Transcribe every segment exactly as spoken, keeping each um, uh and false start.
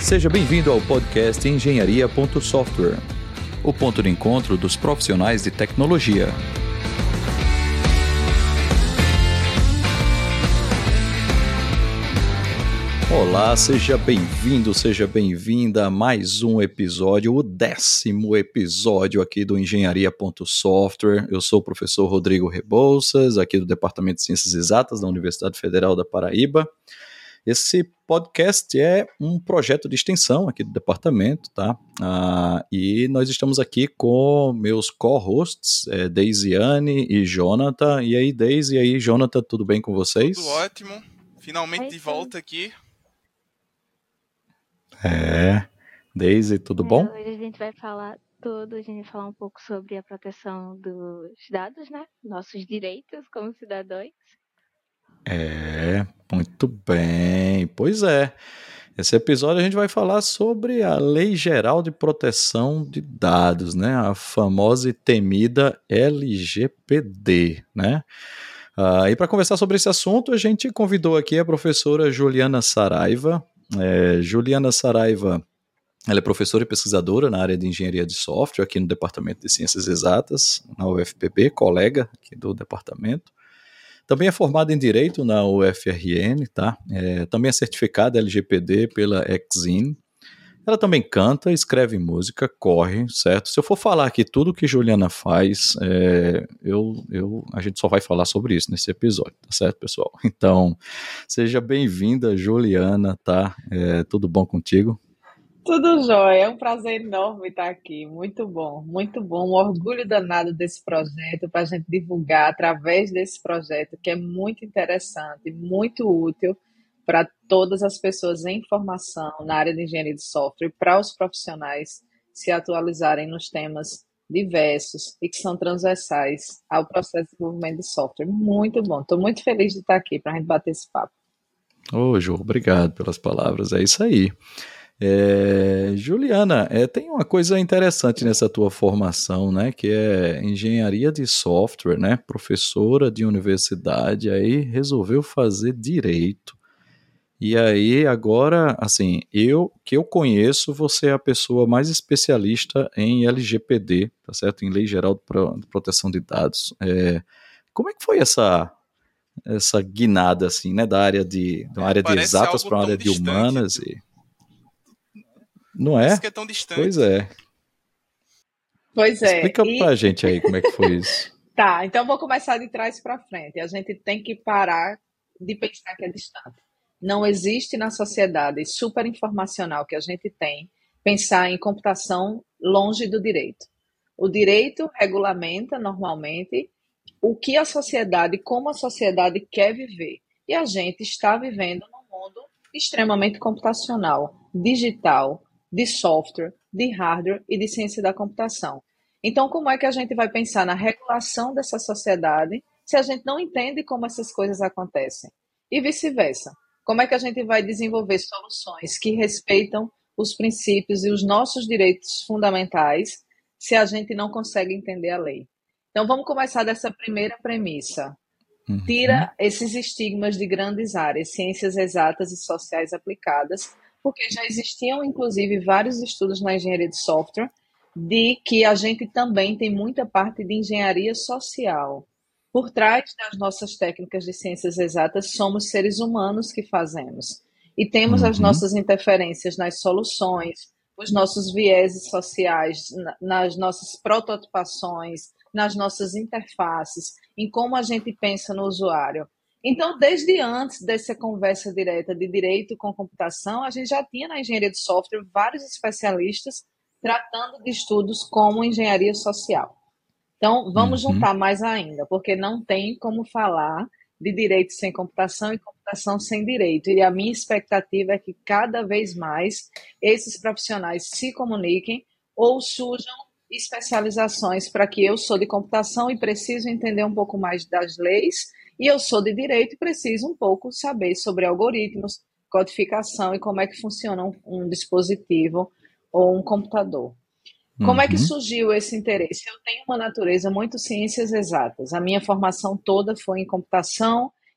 Seja bem-vindo ao podcast Engenharia ponto Software, o ponto de encontro dos profissionais de tecnologia. Olá, seja bem-vindo, seja bem-vinda a mais um episódio, o décimo episódio aqui do Engenharia ponto Software. Eu sou o professor Rodrigo Rebouças, aqui do Departamento de Ciências Exatas da Universidade Federal da Paraíba. Esse podcast é um projeto de extensão aqui do departamento, tá? Ah, e nós estamos aqui com meus co-hosts, é, Deisiane e Jonathan. E aí, Deise, e aí, Jonathan, tudo bem com vocês? Tudo ótimo, finalmente Oi, de volta aqui. É, Deise, tudo é, bom? Hoje a gente vai falar tudo, a gente vai falar um pouco sobre a proteção dos dados, né? Nossos direitos como cidadãos. É, muito bem. Pois é, esse episódio a gente vai falar sobre a Lei Geral de Proteção de Dados, né? A famosa e temida L G P D, né? Ah, e para conversar sobre esse assunto, a gente convidou aqui a professora Juliana Saraiva. É, Juliana Saraiva, ela é professora e pesquisadora na área de engenharia de software aqui no Departamento de Ciências Exatas, na U F P B, colega aqui do departamento. Também é formada em Direito na U F R N, tá? É, também é certificada L G P D pela Exim. Ela também canta, escreve música, corre, certo? Se eu for falar aqui tudo que Juliana faz, é, eu, eu, a gente só vai falar sobre isso nesse episódio, tá certo, pessoal? Então, seja bem-vinda, Juliana, tá? É, tudo bom contigo? Tudo jóia, é um prazer enorme estar aqui, muito bom, muito bom, um orgulho danado desse projeto, para a gente divulgar através desse projeto, que é muito interessante, muito útil para todas as pessoas em formação na área de engenharia de software, para os profissionais se atualizarem nos temas diversos e que são transversais ao processo de desenvolvimento de software. Muito bom, estou muito feliz de estar aqui para a gente bater esse papo. Ô, Ju, obrigado pelas palavras, é isso aí. É, Juliana, é, tem uma coisa interessante nessa tua formação, né, que é engenharia de software, né, professora de universidade, aí resolveu fazer direito, e aí agora, assim, eu, que eu conheço, você é a pessoa mais especialista em L G P D, tá certo, em Lei Geral de Pro- de Proteção de Dados. É, como é que foi essa, essa guinada, assim, né, da área de, da É, área de parece exatas algo para a tão área de distante. humanas e... Não Parece é? que é tão distante. Pois é. Pois é, Explica e pra gente aí como é que foi isso. Tá, então vou começar de trás para frente. A gente tem que parar de pensar que é distante. Não existe na sociedade superinformacional que a gente tem pensar em computação longe do direito. O direito regulamenta normalmente o que a sociedade, como a sociedade quer viver. E a gente está vivendo num mundo extremamente computacional, digital, de software, de hardware e de ciência da computação. Então, como é que a gente vai pensar na regulação dessa sociedade se a gente não entende como essas coisas acontecem? E vice-versa. Como é que a gente vai desenvolver soluções que respeitam os princípios e os nossos direitos fundamentais se a gente não consegue entender a lei? Então, vamos começar dessa primeira premissa. Uhum. Tira esses estigmas de grandes áreas, ciências exatas e sociais aplicadas, porque já existiam, inclusive, vários estudos na engenharia de software de que a gente também tem muita parte de engenharia social. Por trás das nossas técnicas de ciências exatas, somos seres humanos que fazemos. E temos as Uhum. nossas interferências nas soluções, os nossos vieses sociais, nas nossas prototipações, nas nossas interfaces, em como a gente pensa no usuário. Então, desde antes dessa conversa direta de direito com computação, a gente já tinha na engenharia de software vários especialistas tratando de estudos como engenharia social. Então, vamos Uhum. juntar mais ainda, porque não tem como falar de direito sem computação e computação sem direito. E a minha expectativa é que cada vez mais esses profissionais se comuniquem ou surjam especializações para que eu sou de computação e preciso entender um pouco mais das leis, e eu sou de direito e preciso um pouco saber sobre algoritmos, codificação e como é que funciona um, um dispositivo ou um computador. Como é que Uhum. surgiu esse interesse? Eu tenho uma natureza muito ciências exatas. A minha formação toda foi em computação.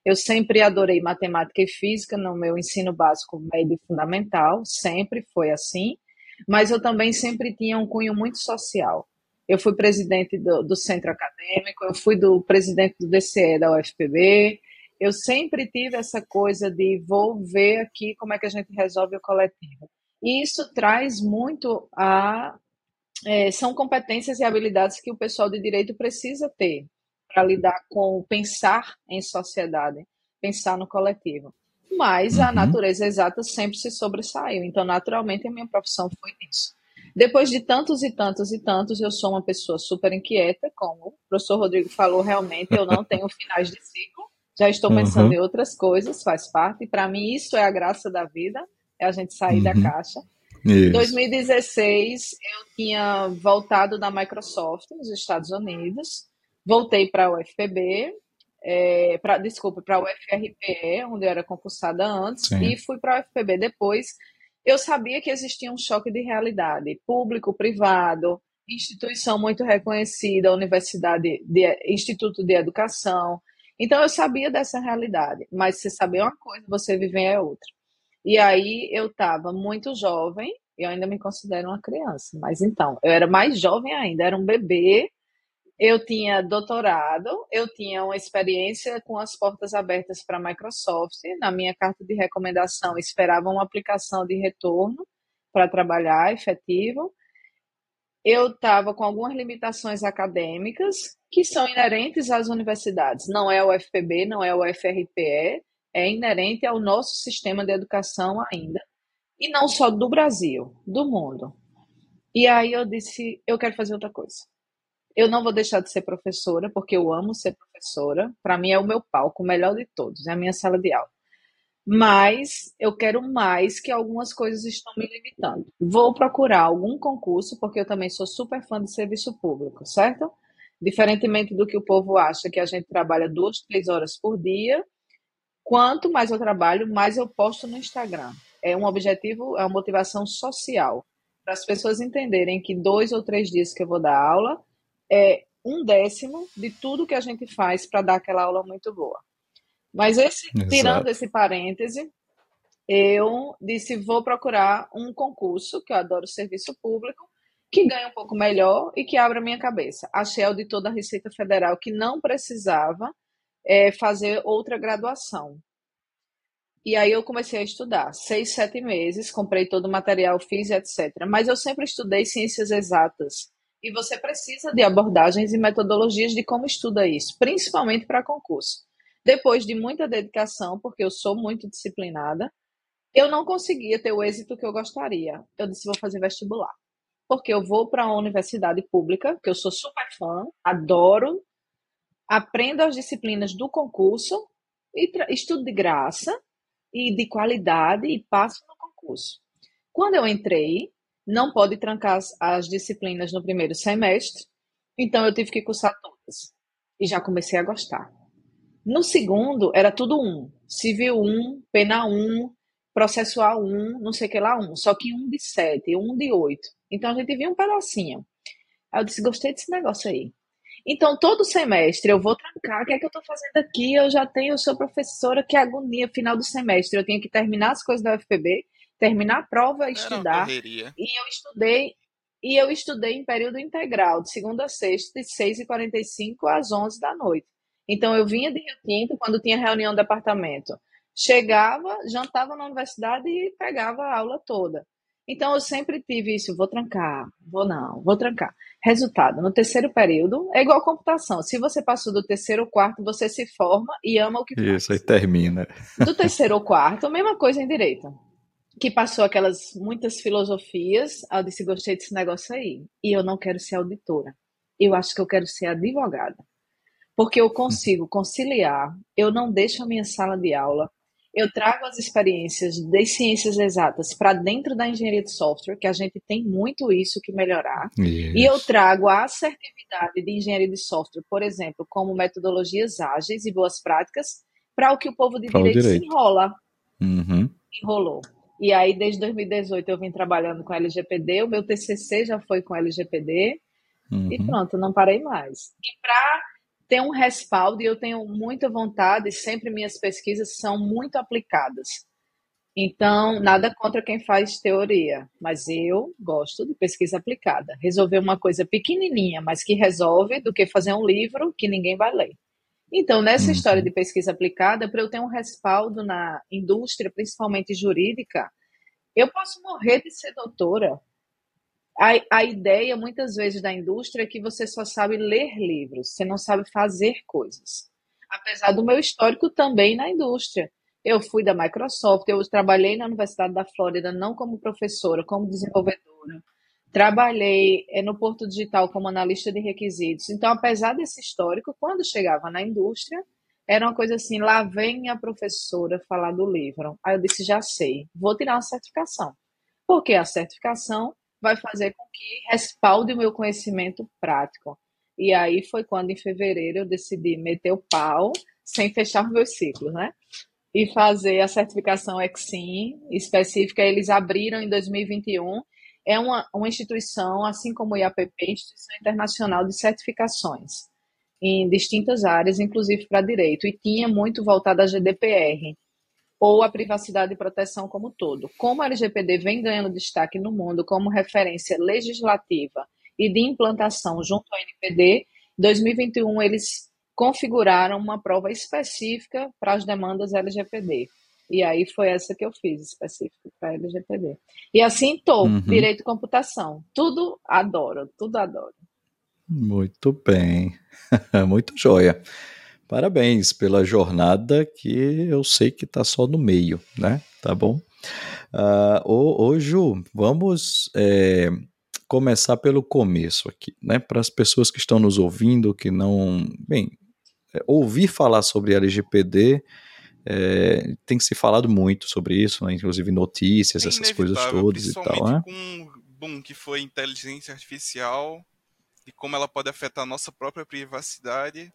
Eu sempre adorei matemática e física no meu ensino básico, médio e fundamental, sempre foi assim, mas eu também sempre tinha um cunho muito social. Eu fui presidente do, do centro acadêmico, eu fui do presidente do D C E da U F P B, eu sempre tive essa coisa de vou ver aqui como é que a gente resolve o coletivo. E isso traz muito a... É, são competências e habilidades que o pessoal de direito precisa ter para lidar com pensar em sociedade, pensar no coletivo. Mas a Uhum. natureza exata sempre se sobressaiu, então naturalmente a minha profissão foi nisso. Depois de tantos e tantos e tantos, eu sou uma pessoa super inquieta, como o professor Rodrigo falou, realmente eu não tenho finais de ciclo, já estou pensando Uhum. em outras coisas, faz parte, e para mim isso é a graça da vida, é a gente sair da Uhum. caixa. Em Isso. dois mil e dezesseis, eu tinha voltado da Microsoft, nos Estados Unidos, voltei para a U F P B, é, pra, desculpa, para a U F R P E, onde eu era concursada antes, Sim. e fui para a U F P B depois. Eu sabia que existia um choque de realidade, público, privado, instituição muito reconhecida, universidade, de, Instituto de Educação. Então, eu sabia dessa realidade, mas você saber uma coisa, você viver é outra. E aí eu estava muito jovem, eu ainda me considero uma criança, mas então, eu era mais jovem ainda, era um bebê, eu tinha doutorado, eu tinha uma experiência com as portas abertas para a Microsoft, na minha carta de recomendação esperava uma aplicação de retorno para trabalhar efetivo, eu estava com algumas limitações acadêmicas que são inerentes às universidades, não é o U F P B, não é o U F R P E, é inerente ao nosso sistema de educação ainda, e não só do Brasil, do mundo. E aí eu disse, eu quero fazer outra coisa. Eu não vou deixar de ser professora, porque eu amo ser professora, para mim é o meu palco, o melhor de todos, é a minha sala de aula. Mas eu quero mais, que algumas coisas estão me limitando. Vou procurar algum concurso, porque eu também sou super fã de serviço público, certo? Diferentemente do que o povo acha, que a gente trabalha duas, três horas por dia, quanto mais eu trabalho, mais eu posto no Instagram. É um objetivo, é uma motivação social, para as pessoas entenderem que dois ou três dias que eu vou dar aula é um décimo de tudo que a gente faz para dar aquela aula muito boa. Mas esse, tirando Exato. esse parêntese, eu disse, vou procurar um concurso, que eu adoro serviço público, que ganhe um pouco melhor e que abra a minha cabeça. Achei auditor da Receita Federal que não precisava é, fazer outra graduação. E aí eu comecei a estudar, seis, sete meses, comprei todo o material, fiz, etcétera. Mas eu sempre estudei ciências exatas. E você precisa de abordagens e metodologias de como estuda isso, principalmente para concurso. Depois de muita dedicação, porque eu sou muito disciplinada, eu não conseguia ter o êxito que eu gostaria. Eu disse, vou fazer vestibular. Porque eu vou para uma universidade pública, que eu sou super fã, adoro, aprendo as disciplinas do concurso, e estudo de graça, e de qualidade, e passo no concurso. Quando eu entrei, não pode trancar as, as disciplinas no primeiro semestre, então eu tive que cursar todas. E já comecei a gostar. No segundo, era tudo um. Civil um, penal um, processual um, não sei o que lá um. Só que um de sete, um de oito. Então a gente via um pedacinho. Aí eu disse, gostei desse negócio aí. Então, todo semestre eu vou trancar. O que é que eu estou fazendo aqui? Eu já tenho, eu sou professora, que agonia, final do semestre. Eu tinha que terminar as coisas da U F P B, terminar a prova e Era uma estudar. correria. E eu estudei, e eu estudei em período integral, de segunda a sexta, de seis e quarenta e cinco às onze da noite. Então, eu vinha de Rio Tinto, quando tinha reunião do departamento. Chegava, jantava na universidade e pegava a aula toda. Então, eu sempre tive isso, vou trancar, vou não, vou trancar. Resultado, no terceiro período, é igual computação. Se você passou do terceiro ao quarto, você se forma e ama o que Isso, aí faz. termina. Do terceiro ao quarto, a mesma coisa em direito. Que passou aquelas muitas filosofias, eu disse, gostei desse negócio aí. E eu não quero ser auditora. Eu acho que eu quero ser advogada. Porque eu consigo conciliar, eu não deixo a minha sala de aula, eu trago as experiências das ciências exatas para dentro da engenharia de software, que a gente tem muito isso que melhorar, Isso. e eu trago a assertividade de engenharia de software, por exemplo, como metodologias ágeis e boas práticas, para o que o povo de Para o direito se direito. enrola. Uhum. Enrolou. E aí, desde dois mil e dezoito, eu vim trabalhando com L G P D, o meu T C C já foi com L G P D, Uhum. e pronto, não parei mais. E para ter um respaldo, e eu tenho muita vontade, sempre minhas pesquisas são muito aplicadas. Então, nada contra quem faz teoria, mas eu gosto de pesquisa aplicada. Resolver uma coisa pequenininha, mas que resolve, do que fazer um livro que ninguém vai ler. Então, nessa história Uhum. de pesquisa aplicada, para eu ter um respaldo na indústria, principalmente jurídica, eu posso morrer de ser doutora. A, a ideia, muitas vezes, da indústria é que você só sabe ler livros, você não sabe fazer coisas. Apesar do meu histórico também na indústria. Eu fui da Microsoft, eu trabalhei na Universidade da Flórida, não como professora, como desenvolvedora. Trabalhei eh, no Porto Digital como analista de requisitos. Então, apesar desse histórico, quando chegava na indústria, era uma coisa assim, lá vem a professora falar do livro. Aí eu disse, já sei, vou tirar uma certificação. Porque a certificação vai fazer com que respalde o meu conhecimento prático. E aí foi quando, em fevereiro, eu decidi meter o pau, sem fechar os meus ciclos, né? E fazer a certificação Exim específica. Eles abriram em dois mil e vinte e um. É uma, uma instituição, assim como o I A P P, Instituição Internacional de Certificações, em distintas áreas, inclusive para direito, e tinha muito voltado à G D P R, ou a privacidade e proteção como um todo. Como a L G P D vem ganhando destaque no mundo como referência legislativa e de implantação junto ao N P D, em dois mil e vinte e um eles configuraram uma prova específica para as demandas L G P D. E aí foi essa que eu fiz, específica para L G P D. E assim estou, Uhum. direito e computação. Tudo adoro, tudo adoro. Muito bem. Muito joia. Parabéns pela jornada que eu sei que está só no meio, né? Tá bom? Uh, ô, ô Ju, vamos é, começar pelo começo aqui, né? Para as pessoas que estão nos ouvindo, que não... Bem, é, ouvir falar sobre L G P D, é, tem se falado muito sobre isso, né? Inclusive notícias, É essas coisas inevitável, todas e tal, principalmente né? com um boom que foi inteligência artificial e como ela pode afetar a nossa própria privacidade.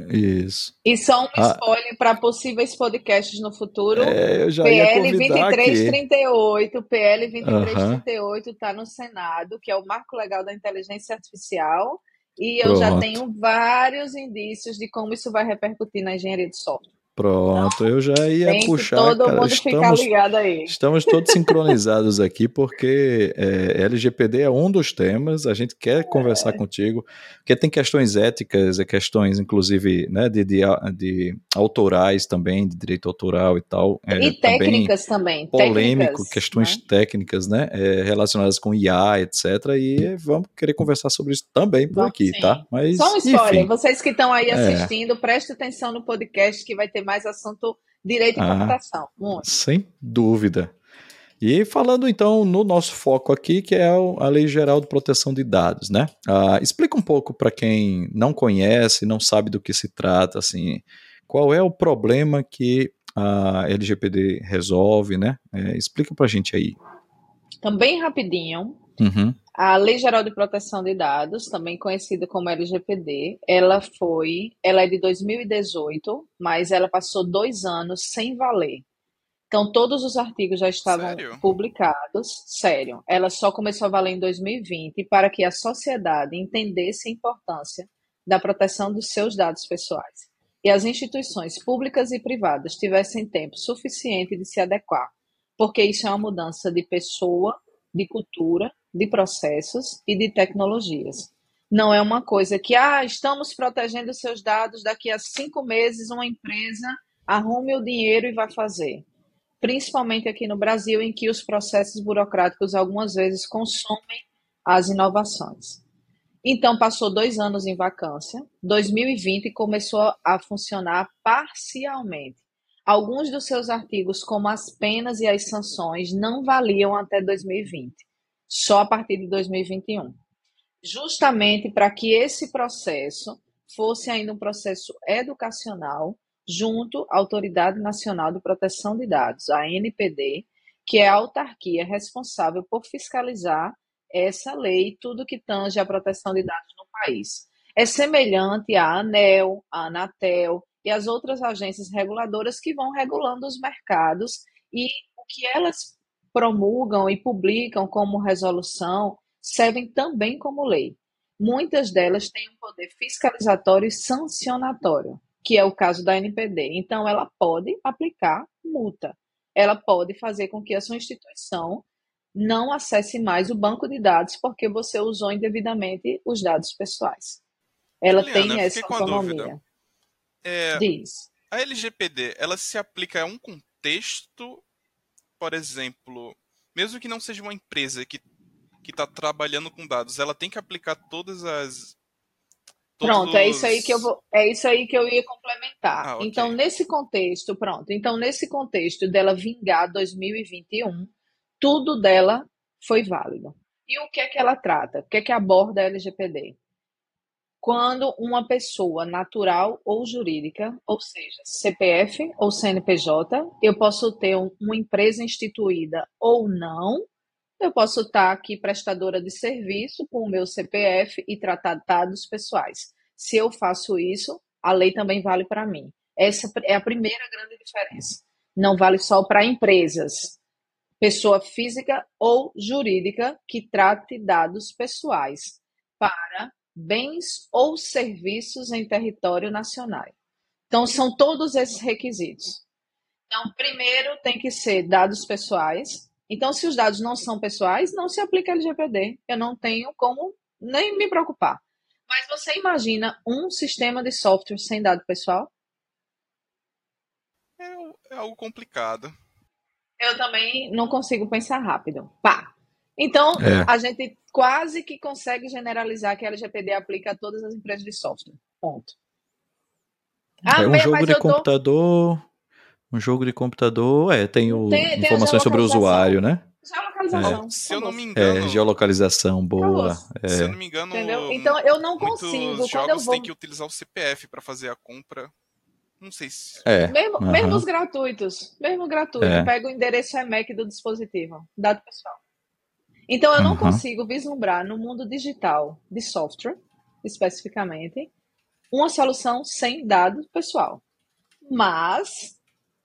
Isso. E só um Ah, spoiler para possíveis podcasts no futuro. é, eu já ia PL convidar aqui. vinte e três trinta e oito, PL Aham, vinte e três trinta e oito está no Senado, que é o Marco Legal da Inteligência Artificial, e eu já pronto. tenho vários indícios de como isso vai repercutir na engenharia de software. Pronto, eu já ia Tem que puxar, todo cara. mundo ficar Estamos, ligado aí. estamos todos sincronizados aqui, porque é, L G P D é um dos temas. A gente quer conversar contigo, porque tem questões éticas, e questões, inclusive, né, de, de, de autorais também, de direito autoral e tal. É, E também técnicas também, polêmico, técnicas, questões né? técnicas, né, é, relacionadas com I A, etcétera. E vamos querer conversar sobre isso também por Vamos aqui, tá? sim. Só um Mas, spoiler, enfim, vocês que estão aí é. assistindo, prestem atenção no podcast que vai ter mais assunto direito e Ah, computação. Muito. sem dúvida. E falando então no nosso foco aqui, que é a Lei Geral de Proteção de Dados, né? Ah, explica um pouco para quem não conhece, não sabe do que se trata, assim, qual é o problema que a L G P D resolve, né? É, explica para a gente aí. Então, bem rapidinho, Uhum. a Lei Geral de Proteção de Dados, também conhecida como L G P D, ela foi, ela é de dois mil e dezoito, mas ela passou dois anos sem valer. Então, todos os artigos já estavam Sério? publicados, sério. Ela só começou a valer em dois mil e vinte para que a sociedade entendesse a importância da proteção dos seus dados pessoais e as instituições públicas e privadas tivessem tempo suficiente de se adequar, porque isso é uma mudança de pessoa, de cultura, de processos e de tecnologias. Não é uma coisa que, ah, estamos protegendo seus dados, daqui a cinco meses uma empresa arrume o dinheiro e vai fazer, principalmente aqui no Brasil, em que os processos burocráticos algumas vezes consomem as inovações. Então, passou dois anos em vacância, dois mil e vinte começou a funcionar parcialmente. Alguns dos seus artigos, como as penas e as sanções, não valiam até dois mil e vinte, só a partir de dois mil e vinte e um. Justamente para que esse processo fosse ainda um processo educacional, junto à Autoridade Nacional de Proteção de Dados, a A N P D, que é a autarquia responsável por fiscalizar essa lei e tudo que tange a proteção de dados no país. É semelhante à ANEEL, à Anatel e às outras agências reguladoras que vão regulando os mercados, e o que elas promulgam e publicam como resolução servem também como lei. muitas delas têm um poder fiscalizatório e sancionatório, que é o caso da N P D. Então, ela pode aplicar multa. Ela pode fazer com que a sua instituição não acesse mais o banco de dados porque você usou indevidamente os dados pessoais. Ela Juliana, tem eu essa fiquei com a dúvida. autonomia. É, Diz. a L G P D, ela se aplica a um contexto, por exemplo, mesmo que não seja uma empresa que que está trabalhando com dados, ela tem que aplicar todas as todos Pronto, é isso aí os- que eu vou, é isso aí que eu ia complementar. Ah, ok. Então, nesse contexto, pronto. Então, nesse contexto dela vingar dois mil e vinte e um, tudo dela foi válido. E o que é que ela trata? O que é que aborda a L G P D? Quando uma pessoa natural ou jurídica, ou seja, C P F ou C N P J, eu posso ter um- uma empresa instituída ou não, eu posso estar aqui prestadora de serviço com o meu C P F e tratar dados pessoais. Se eu faço isso, a lei também vale para mim. Essa é a primeira grande diferença. Não vale só para empresas, pessoa física ou jurídica que trate dados pessoais para bens ou serviços em território nacional. Então, são todos esses requisitos. Então, primeiro tem que ser dados pessoais. Então, se os dados não são pessoais, não se aplica L G P D. Eu não tenho como nem me preocupar. Mas você imagina um sistema de software sem dado pessoal? É, é algo complicado. Eu também não consigo pensar rápido. Pá. Então, É. a gente quase que consegue generalizar que a L G P D aplica a todas as empresas de software. Ponto. Ah, É um mas jogo de eu tô... computador. Um jogo de computador, é, tem, o, Tem, tem a informações sobre o geolocalização. usuário, né? Geolocalização. Se eu não me Acabou. engano, É, geolocalização, boa. Acabou. se eu É. não me engano, Entendeu? Então, eu não muitos consigo, quando eu jogos vou... têm que utilizar o C P F para fazer a compra. Não sei se É. Mesmo, aham. mesmo os gratuitos, mesmo gratuito, É. pega o endereço E M E C do dispositivo, dado pessoal. Então, eu não Aham. consigo vislumbrar no mundo digital de software, especificamente, uma solução sem dado pessoal. Mas,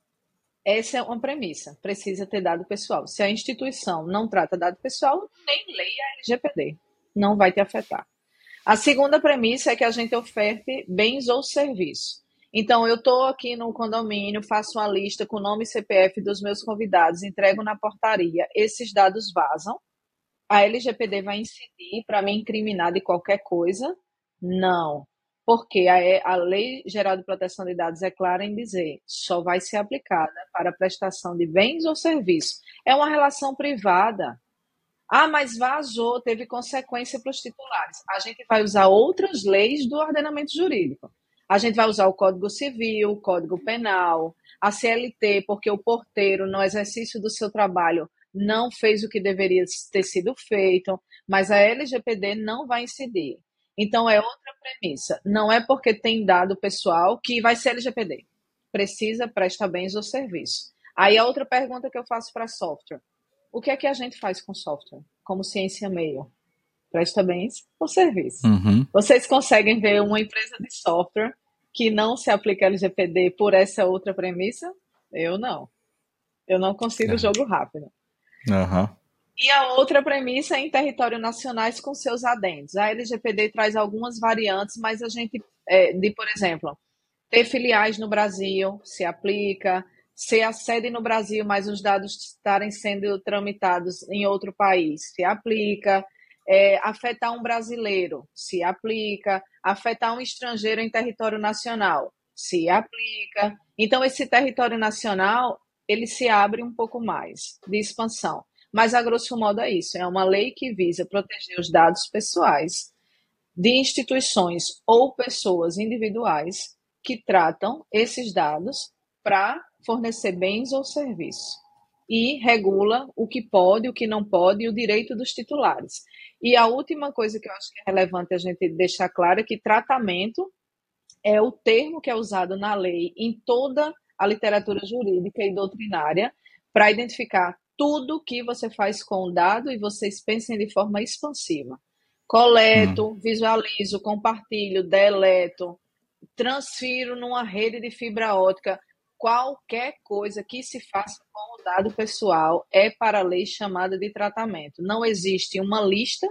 essa é uma premissa, precisa ter dado pessoal. Se a instituição não trata dado pessoal, nem leia a L G P D, não vai te afetar. A segunda premissa é que a gente oferte bens ou serviços. Então, eu estou aqui no condomínio, faço uma lista com nome e C P F dos meus convidados, entrego na portaria, esses dados vazam, a L G P D vai incidir para me incriminar de qualquer coisa? Não, porque a, a Lei Geral de Proteção de Dados é clara em dizer só vai ser aplicada para a prestação de bens ou serviços. É uma relação privada. Ah, mas vazou, teve consequência para os titulares. A gente vai usar outras leis do ordenamento jurídico. A gente vai usar o Código Civil, o Código Penal, a C L T, porque o porteiro, no exercício do seu trabalho, não fez o que deveria ter sido feito, mas a L G P D não vai incidir. Então, é outra premissa. Não é porque tem dado pessoal que vai ser L G P D. Precisa, presta bens ou serviços. Aí, a outra pergunta que eu faço para software. O que é que a gente faz com software? Como ciência meio? Presta bens ou serviço? Uhum. Vocês conseguem ver uma empresa de software que não se aplica L G P D por essa outra premissa? Eu não. Eu não consigo É. jogo rápido. Aham. E a outra premissa é em territórios nacionais com seus adendos. A L G P D traz algumas variantes, mas a gente, é, de, por exemplo, ter filiais no Brasil se aplica, ser a sede no Brasil, mas os dados estarem sendo tramitados em outro país, se aplica. É, afetar um brasileiro, se aplica. Afetar um estrangeiro em território nacional, se aplica. Então, esse território nacional, ele se abre um pouco mais de expansão. Mas, a grosso modo, é isso. É uma lei que visa proteger os dados pessoais de instituições ou pessoas individuais que tratam esses dados para fornecer bens ou serviços. E regula o que pode, o que não pode e o direito dos titulares. E a última coisa que eu acho que é relevante a gente deixar claro é que tratamento é o termo que é usado na lei em toda a literatura jurídica e doutrinária para identificar tudo que você faz com o dado e vocês pensem de forma expansiva. Coleto, Hum. visualizo, compartilho, deleto, transfiro numa rede de fibra ótica. Qualquer coisa que se faça com o dado pessoal é para a lei chamada de tratamento. Não existe uma lista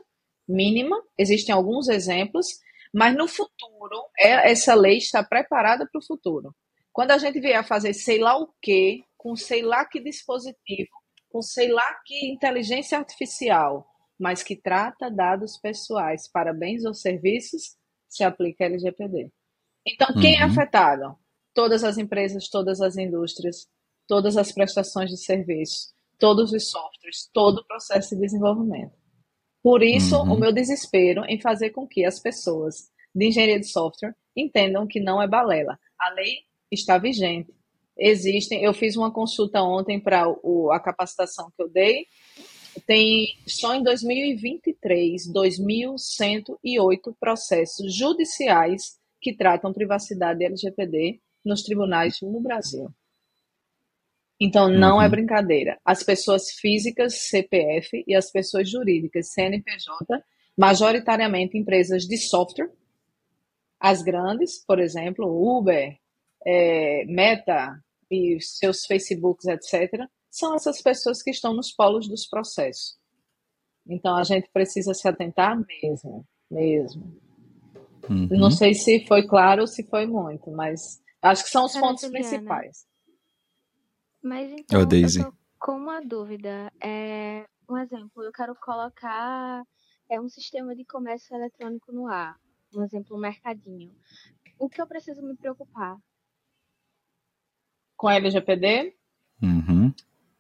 mínima, existem alguns exemplos, mas no futuro, é, essa lei está preparada para o futuro. Quando a gente vier a fazer sei lá o quê, com sei lá que dispositivo, com sei lá que inteligência artificial, mas que trata dados pessoais para bens ou serviços, se aplica L G P D. Então, quem é Uhum. afetado? Todas as empresas, todas as indústrias, todas as prestações de serviço, todos os softwares, todo o processo de desenvolvimento. Por isso, o Uhum. meu desespero em fazer com que as pessoas de engenharia de software entendam que não é balela. A lei está vigente. Existem, eu fiz uma consulta ontem para a capacitação que eu dei, tem só em dois mil e vinte e três, dois mil cento e oito processos judiciais que tratam privacidade e L G P D nos tribunais no Brasil. Então, não é Uhum. brincadeira. As pessoas físicas, C P F, e as pessoas jurídicas, C N P J, majoritariamente empresas de software, as grandes, por exemplo, Uber, é, Meta e seus Facebooks, etcétera, são essas pessoas que estão nos polos dos processos. Então, a gente precisa se atentar mesmo, mesmo. Uhum. Não sei se foi claro ou se foi muito, mas acho que são os Ana pontos Juliana, principais. mas Ô, então eu Daisy. tô com uma dúvida. É, um exemplo, eu quero colocar é um sistema de comércio eletrônico no ar. Um exemplo, um mercadinho. O que eu preciso me preocupar? Com a L G P D, Uhum.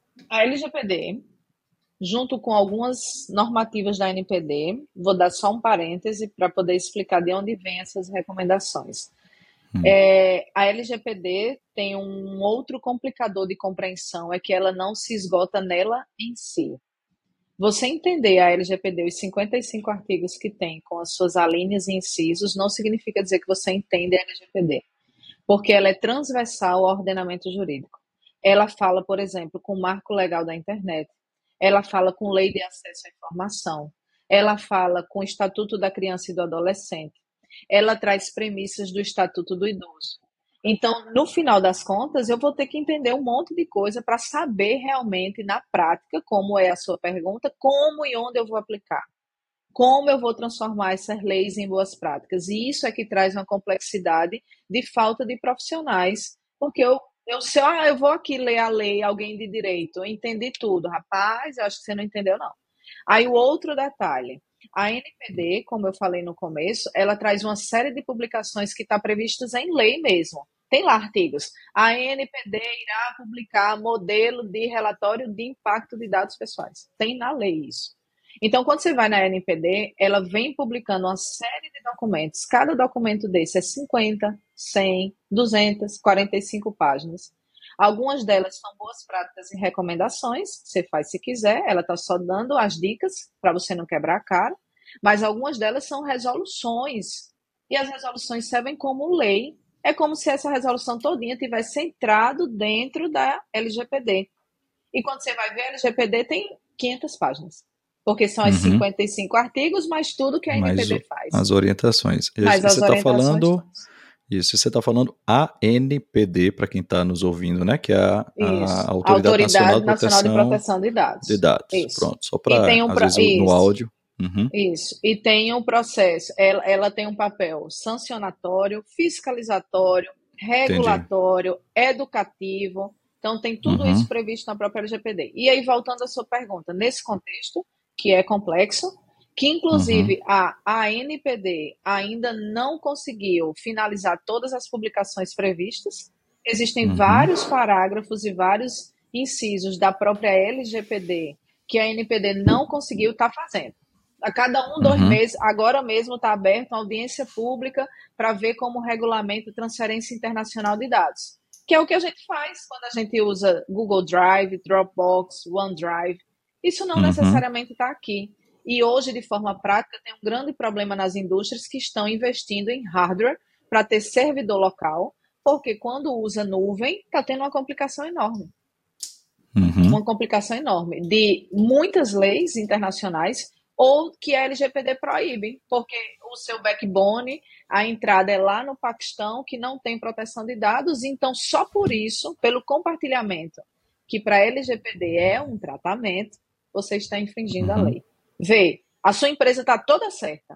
a L G P D, junto com algumas normativas da N P D, vou dar só um parêntese para poder explicar de onde vêm essas recomendações. Hum. É, a L G P D tem um outro complicador de compreensão, é que ela não se esgota nela em si. Você entender a L G P D, os cinquenta e cinco artigos que tem, com as suas alíneas e incisos, não significa dizer que você entende a L G P D, porque ela é transversal ao ordenamento jurídico. Ela fala, por exemplo, com o marco legal da internet, ela fala com lei de acesso à informação, ela fala com o Estatuto da Criança e do Adolescente, ela traz premissas do Estatuto do Idoso. Então, no final das contas, eu vou ter que entender um monte de coisa para saber realmente, na prática, como é a sua pergunta, como e onde eu vou aplicar. Como eu vou transformar essas leis em boas práticas. E isso é que traz uma complexidade de falta de profissionais, porque eu, eu sei, ah, eu vou aqui ler a lei, alguém de direito, eu entendi tudo. Rapaz, eu acho que você não entendeu, não. Aí o outro detalhe, a N P D, como eu falei no começo, ela traz uma série de publicações que está previstas em lei mesmo. Tem lá artigos. A N P D irá publicar modelo de relatório de impacto de dados pessoais. Tem na lei isso. Então, quando você vai na N P D, ela vem publicando uma série de documentos. Cada documento desse é cinquenta, cem, duzentas, quarenta e cinco páginas. Algumas delas são boas práticas e recomendações, você faz se quiser, ela está só dando as dicas para você não quebrar a cara, mas algumas delas são resoluções, e as resoluções servem como lei. É como se essa resolução todinha tivesse entrado dentro da L G P D. E quando você vai ver, a L G P D tem quinhentas páginas, porque são as Uhum. cinquenta e cinco artigos, mais tudo que a Mais N P D o- faz. as orientações. E Mais você as está orientações falando. todas. Isso, você está falando A N P D, para quem está nos ouvindo, né? Que é a, Isso. a A Autoridade Nacional Autoridade de Nacional de Proteção Proteção de de Dados. Dados. Isso. Pronto, só E para, tem um às pro... vezes, o- no Isso. áudio. Uhum. Isso. E tem um processo. Ela, ela tem um papel sancionatório, fiscalizatório, Entendi. regulatório, educativo. Então, tem tudo Uhum. isso previsto na própria L G P D. E aí, voltando à sua pergunta, nesse contexto, que é complexo, que inclusive Uhum. a, a N P D ainda não conseguiu finalizar todas as publicações previstas, existem Uhum. vários parágrafos e vários incisos da própria L G P D que a N P D não conseguiu estar tá fazendo. A cada um, dois Uhum. meses, agora mesmo está aberta uma audiência pública para ver como regulamenta transferência internacional de dados, que é o que a gente faz quando a gente usa Google Drive, Dropbox, OneDrive. Isso não Uhum. necessariamente está aqui. E hoje, de forma prática, tem um grande problema nas indústrias que estão investindo em hardware para ter servidor local, porque quando usa nuvem, está tendo uma complicação enorme. Uhum. Uma complicação enorme de muitas leis internacionais ou que a L G P D proíbe, porque o seu backbone, a entrada é lá no Paquistão, que não tem proteção de dados, então só por isso, pelo compartilhamento, que para a L G P D é um tratamento, você está infringindo Uhum. a lei. Vê, A sua empresa está toda certa,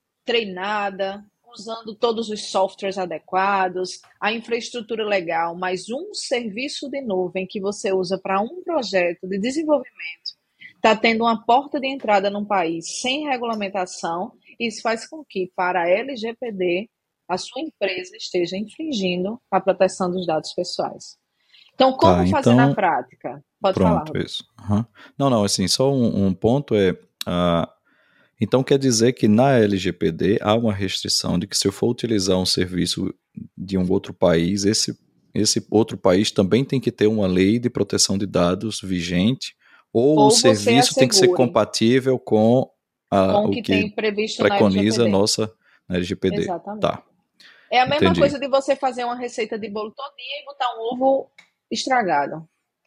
treinada, usando todos os softwares adequados, a infraestrutura legal, mas um serviço de nuvem que você usa para um projeto de desenvolvimento está tendo uma porta de entrada num país sem regulamentação. Isso faz com que, para a L G P D, a sua empresa esteja infringindo a proteção dos dados pessoais. Então, como Tá, fazer então, na prática? Pode falar, pronto, Rodrigo. isso. Uhum. Não, não, assim, só um, um ponto é... Uh, então quer dizer que na L G P D há uma restrição de que se eu for utilizar um serviço de um outro país, esse, esse outro país também tem que ter uma lei de proteção de dados vigente, ou, Ou o você serviço tem que ser assegure compatível com a, com o o que que tem previsto na preconiza a L G P D. nossa na L G P D. Exatamente. Tá, É a mesma entendi. coisa de você fazer uma receita de bolo todinha e botar um ovo estragado.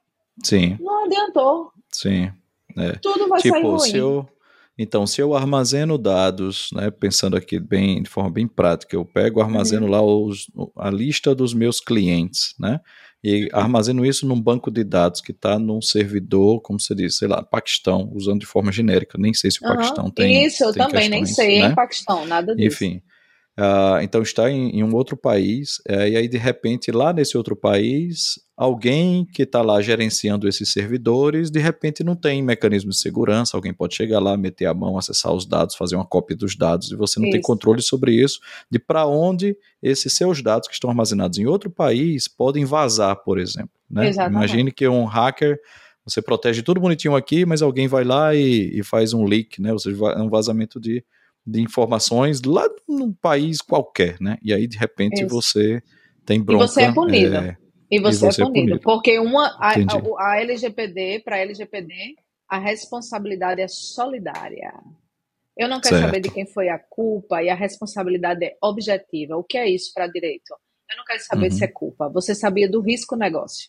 Sim, Não adiantou. sim. É. Tudo vai sair Tipo, se ruim. eu, então, se eu armazeno dados, né, pensando aqui bem, de forma bem prática, eu pego, armazeno Uhum. lá os, a lista dos meus clientes, né, e armazeno isso num banco de dados que está num servidor, como você disse, sei lá, Paquistão, usando de forma genérica. Nem sei se o Uhum. Paquistão tem, Isso, eu tem também nem questões, sei, hein, né? Paquistão, nada disso. Enfim. Uh, então está em, em um outro país, é, e aí de repente lá nesse outro país, alguém que está lá gerenciando esses servidores, de repente não tem mecanismo de segurança, alguém pode chegar lá, meter a mão, acessar os dados, fazer uma cópia dos dados, e você não tem Isso. controle sobre isso, de para onde esses seus dados que estão armazenados em outro país podem vazar, por exemplo. Né? Exatamente. Imagine que um hacker, você protege tudo bonitinho aqui, mas alguém vai lá e, e faz um leak, né? Ou seja, é um vazamento de de informações lá num país qualquer, né? E aí, de repente, Isso. você tem E bronca. você é punido. É, E você, e você é, punido. é punido. Porque uma, a, Entendi. a, a L G P D, para a L G P D, a responsabilidade é solidária. Eu não quero Certo. saber de quem foi a culpa e a responsabilidade é objetiva. O que é isso para direito? Eu não quero saber Uhum. se é culpa. Você sabia do risco negócio.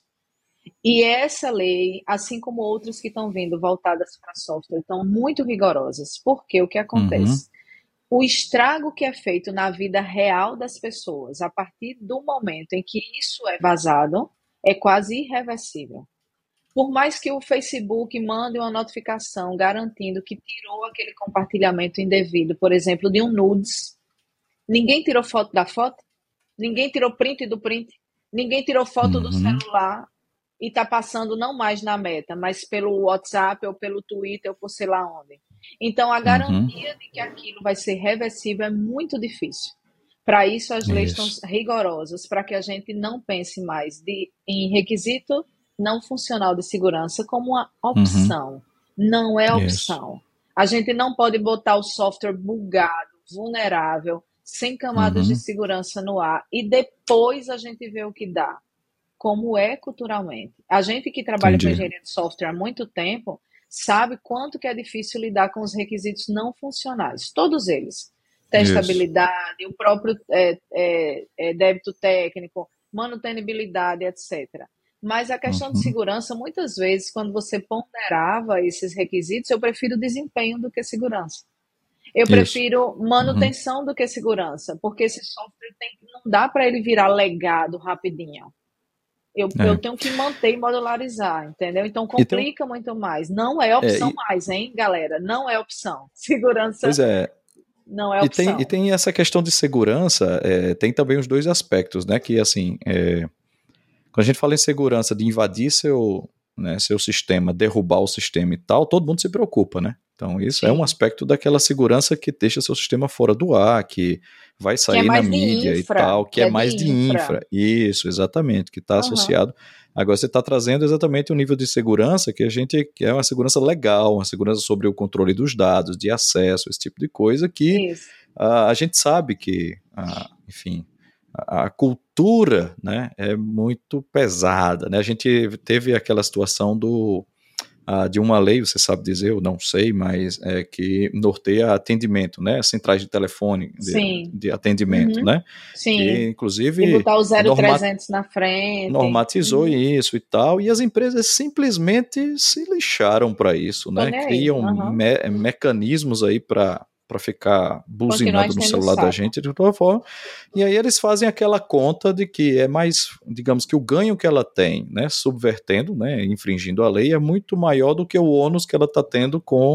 E essa lei, assim como outras que estão vindo voltadas para software, estão muito rigorosas. Porque o que acontece? Uhum. O estrago que é feito na vida real das pessoas, a partir do momento em que isso é vazado, é quase irreversível. Por mais que o Facebook mande uma notificação garantindo que tirou aquele compartilhamento indevido, por exemplo, de um nudes, ninguém tirou foto da foto, ninguém tirou print do print, ninguém tirou foto uhum. do celular e está passando não mais na Meta, mas pelo WhatsApp ou pelo Twitter ou por sei lá onde. Então, a garantia uhum. de que aquilo vai ser reversível é muito difícil. Para isso, as leis isso. estão rigorosas, para que a gente não pense mais de, em requisito não funcional de segurança como uma opção. Uhum. Não é opção. Isso. A gente não pode botar o software bugado, vulnerável, sem camadas uhum. de segurança no ar, e depois a gente vê o que dá, como é culturalmente. A gente que trabalha Entendi. com engenharia de software há muito tempo sabe quanto que é difícil lidar com os requisitos não funcionais, todos eles. Testabilidade, Isso. o próprio é, é, é, débito técnico, manutenibilidade, etcétera. Mas a questão uhum. de segurança, muitas vezes, quando você ponderava esses requisitos, eu prefiro desempenho do que segurança. Eu Isso. prefiro manutenção uhum. do que segurança, porque esse software tem, não dá para ele virar legado rapidinho. Eu, é. eu tenho que manter e modularizar, entendeu? Então complica então, muito mais. Não é opção é, e, mais, hein, galera? Não é opção. Segurança pois é. não é opção. E tem, e tem essa questão de segurança, é, tem também os dois aspectos, né? Que assim, é, quando a gente fala em segurança de invadir seu, né, seu sistema, derrubar o sistema e tal, todo mundo se preocupa, né? Então isso Sim. é um aspecto daquela segurança que deixa seu sistema fora do ar, que vai sair que é na mídia infra, e tal, que, que é, é mais de infra. infra. Isso, exatamente, que está uhum. associado. Agora você está trazendo exatamente um nível de segurança que a gente que é uma segurança legal, uma segurança sobre o controle dos dados, de acesso, esse tipo de coisa que a, a gente sabe que, a, enfim, a, a cultura, né, é muito pesada, né? A gente teve aquela situação do Uh, de uma lei, você sabe dizer, eu não sei, mas é que norteia atendimento, né? Centrais de telefone de, de atendimento, uhum. né? Sim. Que, inclusive, e botar o zero trezentos na frente. Normatizou uhum. isso e tal, e as empresas simplesmente se lixaram para isso, né? Criam uhum. me mecanismos aí para para ficar buzinando no celular da gente de toda forma, e aí eles fazem aquela conta de que é mais, digamos que o ganho que ela tem, né, subvertendo, né, infringindo a lei, é muito maior do que o ônus que ela está tendo com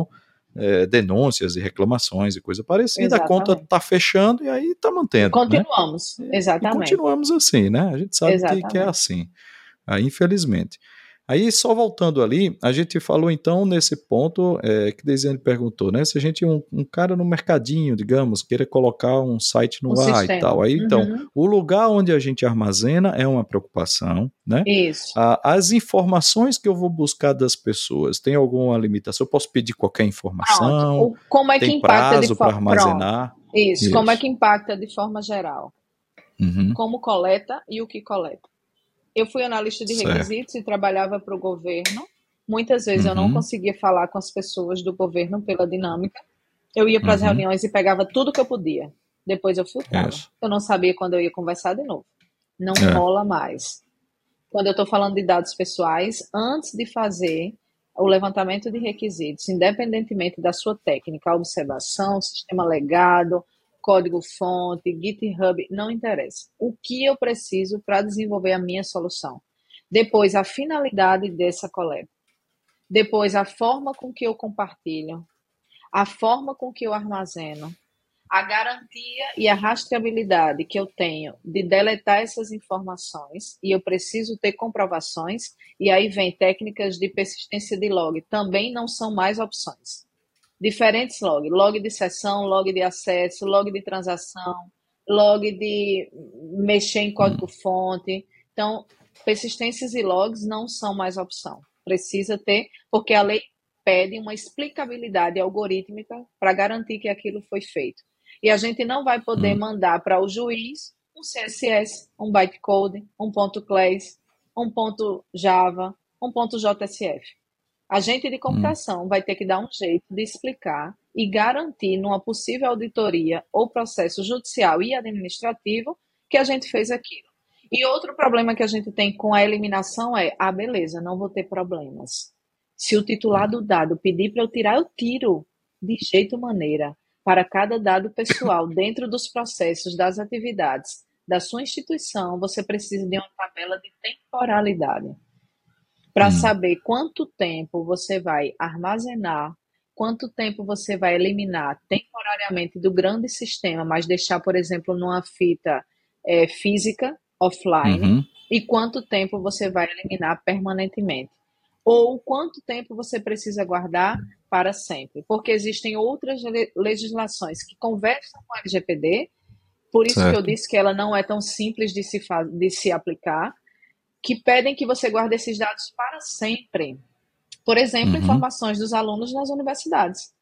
é, denúncias e reclamações e coisa parecida, Exatamente. a conta está fechando e aí está mantendo. Continuamos, né? exatamente. E continuamos assim, né? A gente sabe que, que é assim, ah, infelizmente. Aí, só voltando ali, a gente falou então nesse ponto é, que Deisiane perguntou, né? Se a gente, um, um cara no mercadinho, digamos, queira colocar um site no Um ar sistema. e tal. Aí, então, Uhum. o lugar onde a gente armazena é uma preocupação, né? Isso. Ah, as informações que eu vou buscar das pessoas, tem alguma limitação? Eu posso pedir qualquer informação? Pronto. O, como é que tem impacta prazo de para forma... armazenar? Isso. Isso. Como é que impacta de forma geral? Uhum. Como coleta e o que coleta. Eu fui analista de Certo. requisitos e trabalhava para o governo. Muitas vezes Uhum. eu não conseguia falar com as pessoas do governo pela dinâmica. Eu ia para as Uhum. reuniões e pegava tudo que eu podia. Depois eu filtrava. Isso. Eu não sabia quando eu ia conversar de novo. Não É. rola mais. Quando eu estou falando de dados pessoais, antes de fazer o levantamento de requisitos, independentemente da sua técnica, observação, sistema legado, código-fonte, GitHub, não interessa. O que eu preciso para desenvolver a minha solução? Depois, a finalidade dessa coleta. Depois, a forma com que eu compartilho. A forma com que eu armazeno. A garantia e a rastreabilidade que eu tenho de deletar essas informações, e eu preciso ter comprovações, e aí vem técnicas de persistência de log, também não são mais opções. Diferentes log, log de sessão, log de acesso, log de transação, log de mexer em código-fonte. Então, persistências e logs não são mais opção. Precisa ter, porque a lei pede uma explicabilidade algorítmica para garantir que aquilo foi feito. E a gente não vai poder Hum. mandar para o juiz um C S S, um bytecode, um ponto class, um ponto Java, um ponto J S F. A gente de computação hum. vai ter que dar um jeito de explicar e garantir numa possível auditoria ou processo judicial e administrativo que a gente fez aquilo. E outro problema que a gente tem com a eliminação é, ah, beleza, não vou ter problemas. Se o titular do dado pedir para eu tirar, eu tiro de jeito maneira. Para cada dado pessoal, dentro dos processos, das atividades da sua instituição, você precisa de uma tabela de temporalidade. Para Hum. saber quanto tempo você vai armazenar, quanto tempo você vai eliminar temporariamente do grande sistema, mas deixar, por exemplo, numa fita é, física, offline, Uhum. e quanto tempo você vai eliminar permanentemente. Ou quanto tempo você precisa guardar para sempre. Porque existem outras legislações que conversam com a L G P D, por isso certo. que eu disse que ela não é tão simples de se, de se aplicar, que pedem que você guarde esses dados para sempre. Por exemplo, uhum. informações dos alunos nas universidades.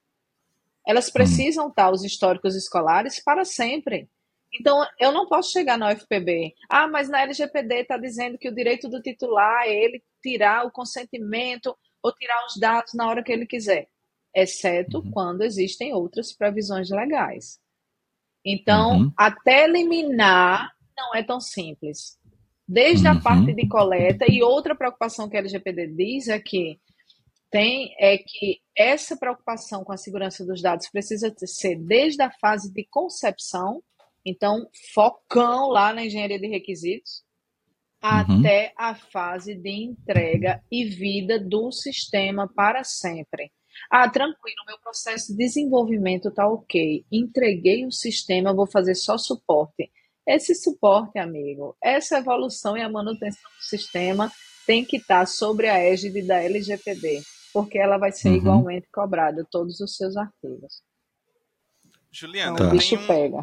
Elas precisam uhum. estar, os históricos escolares, para sempre. Então, eu não posso chegar na U F P B. Ah, mas na L G P D está dizendo que o direito do titular é ele tirar o consentimento ou tirar os dados na hora que ele quiser. Exceto uhum. quando existem outras previsões legais. Então, uhum. até eliminar não é tão simples. Desde uhum. a parte de coleta, e outra preocupação que a L G P D diz é que tem é que essa preocupação com a segurança dos dados precisa ser desde a fase de concepção, então focão lá na engenharia de requisitos, uhum. até a fase de entrega e vida do sistema para sempre. Ah, tranquilo, meu processo de desenvolvimento está ok, entreguei o sistema, vou fazer só suporte. Esse suporte, amigo, essa evolução e a manutenção do sistema tem que estar sobre a égide da L G P D, porque ela vai ser uhum. igualmente cobrada, todos os seus artigos. Juliana, então, tá. o bicho um... pega.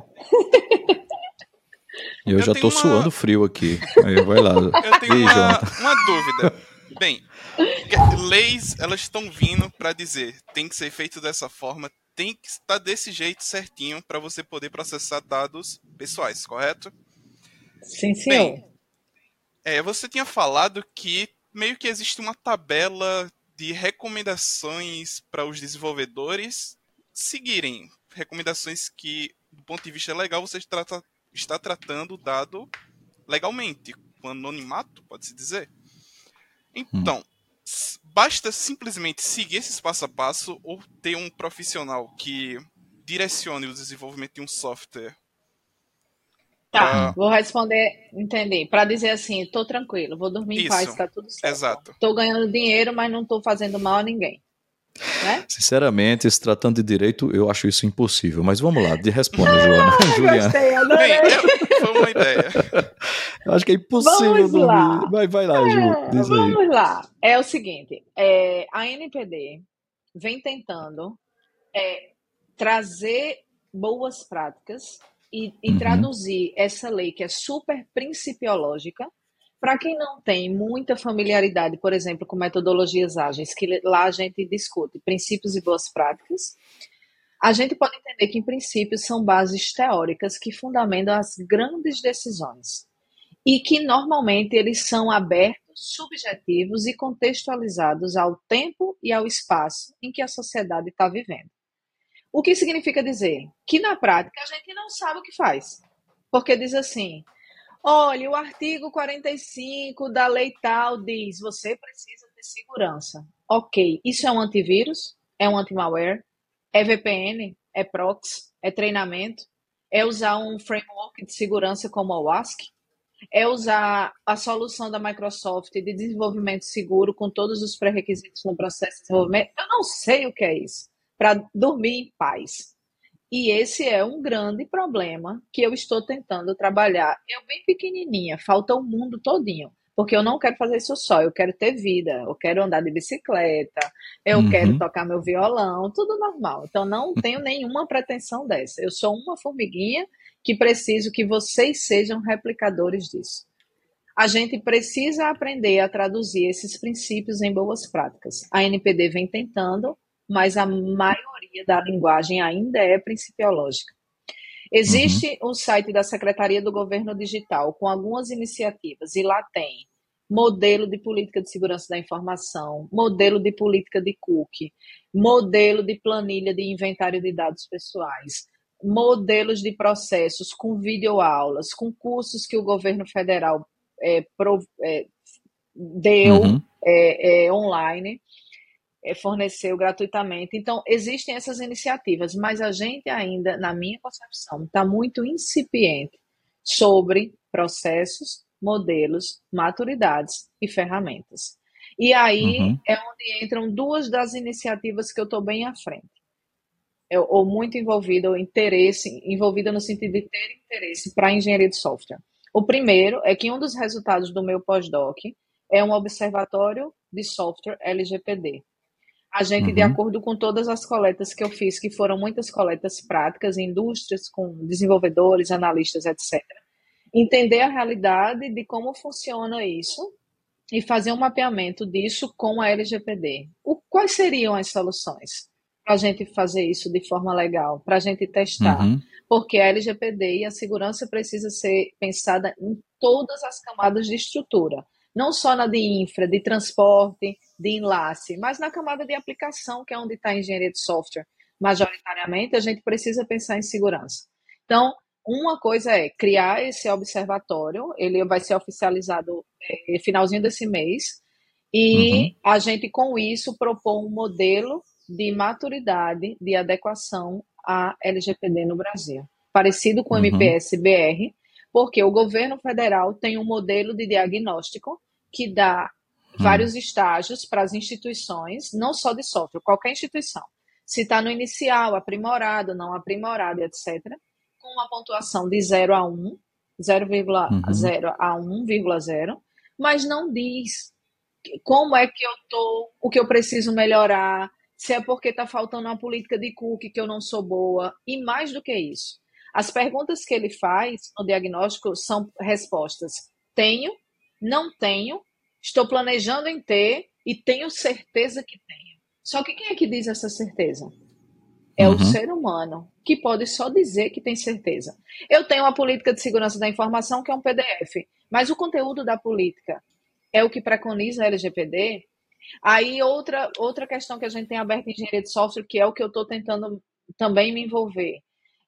Eu, eu já tô uma... suando frio aqui. Aí vai lá. Eu tenho Ei, uma, uma dúvida. Bem, leis, elas estão vindo para dizer, tem que ser feito dessa forma, tem que estar desse jeito certinho para você poder processar dados pessoais, correto? Sim, senhor. Bem, é, você tinha falado que meio que existe uma tabela de recomendações para os desenvolvedores seguirem. Recomendações que, do ponto de vista legal, você trata, está tratando o dado legalmente, com anonimato, pode-se dizer. Então, hum. basta simplesmente seguir esse passo a passo ou ter um profissional que direcione o desenvolvimento de um software. Tá, uh, vou responder, entendi. Para dizer assim, estou tranquilo, vou dormir isso, em paz, está tudo certo. Exato. Estou ganhando dinheiro, mas não estou fazendo mal a ninguém. Né? Sinceramente, se tratando de direito, eu acho isso impossível. Mas vamos lá, de responda, Joana. Juliana. Gostei, adorei. Bem, eu- foi uma ideia. Eu acho que é impossível Vamos dormir. lá. Vai, vai lá, Ju, É, diz aí. vamos lá. É o seguinte, é, a N P D vem tentando é, trazer boas práticas e, e Uhum. traduzir essa lei, que é super principiológica, para quem não tem muita familiaridade, por exemplo, com metodologias ágeis, que lá a gente discute princípios e boas práticas, a gente pode entender que, em princípio, são bases teóricas que fundamentam as grandes decisões e que, normalmente, eles são abertos, subjetivos e contextualizados ao tempo e ao espaço em que a sociedade está vivendo. O que significa dizer que, na prática, a gente não sabe o que faz. Porque diz assim, olha, o artigo quarenta e cinco da lei tal diz, você precisa ter segurança. Ok, isso é um antivírus? É um anti-malware? É V P N? É proxy? É treinamento? É usar um framework de segurança como o WASC? É usar a solução da Microsoft de desenvolvimento seguro com todos os pré-requisitos no processo de desenvolvimento? Eu não sei o que é isso, para dormir em paz. E esse é um grande problema que eu estou tentando trabalhar. Eu bem pequenininha, falta o mundo todinho, porque eu não quero fazer isso só, eu quero ter vida, eu quero andar de bicicleta, eu Uhum. quero tocar meu violão, tudo normal. Então não tenho nenhuma pretensão dessa. Eu sou uma formiguinha que preciso que vocês sejam replicadores disso. A gente precisa aprender a traduzir esses princípios em boas práticas. A N P D vem tentando, mas a maioria da linguagem ainda é principiológica. Existe o site da Secretaria do Governo Digital com algumas iniciativas e lá tem modelo de política de segurança da informação, modelo de política de cookie, modelo de planilha de inventário de dados pessoais, modelos de processos com videoaulas, com cursos que o governo federal é, pro, é, deu Uhum. é, é, online, é, forneceu gratuitamente. Então, existem essas iniciativas, mas a gente ainda, na minha concepção, está muito incipiente sobre processos, modelos, maturidades e ferramentas. E aí Uhum. é onde entram duas das iniciativas que eu estou bem à frente. Eu, ou muito envolvida, ou interesse, envolvida no sentido de ter interesse para a engenharia de software. O primeiro é que um dos resultados do meu pós-doc é um observatório de software L G P D. A gente, Uhum. de acordo com todas as coletas que eu fiz, que foram muitas coletas práticas em indústrias, com desenvolvedores, analistas, etcétera, entender a realidade de como funciona isso e fazer um mapeamento disso com a L G P D. O, quais seriam as soluções para a gente fazer isso de forma legal, para a gente testar? Uhum. Porque a L G P D e a segurança precisa ser pensada em todas as camadas de estrutura, não só na de infra, de transporte, de enlace, mas na camada de aplicação, que é onde está a engenharia de software. Majoritariamente, a gente precisa pensar em segurança. Então, uma coisa é criar esse observatório, ele vai ser oficializado no finalzinho desse mês, e Uhum. a gente, com isso, propor um modelo de maturidade, de adequação à L G P D no Brasil, parecido com o Uhum. M P S B R, porque o governo federal tem um modelo de diagnóstico que dá vários Uhum. estágios para as instituições, não só de software, qualquer instituição. Se está no inicial, aprimorado, não aprimorado, etcétera, com uma pontuação de zero a um, zero vírgula zero a um vírgula zero, mas não diz como é que eu estou, o que eu preciso melhorar, se é porque está faltando uma política de cookie que eu não sou boa, e mais do que isso. As perguntas que ele faz no diagnóstico são respostas: tenho, não tenho, estou planejando em ter e tenho certeza que tenho. Só que quem é que diz essa certeza? É Uhum. o ser humano, que pode só dizer que tem certeza. Eu tenho uma política de segurança da informação que é um P D F, mas o conteúdo da política é o que preconiza a L G P D. Aí outra, outra questão que a gente tem aberta em engenharia de software, que é o que eu estou tentando também me envolver,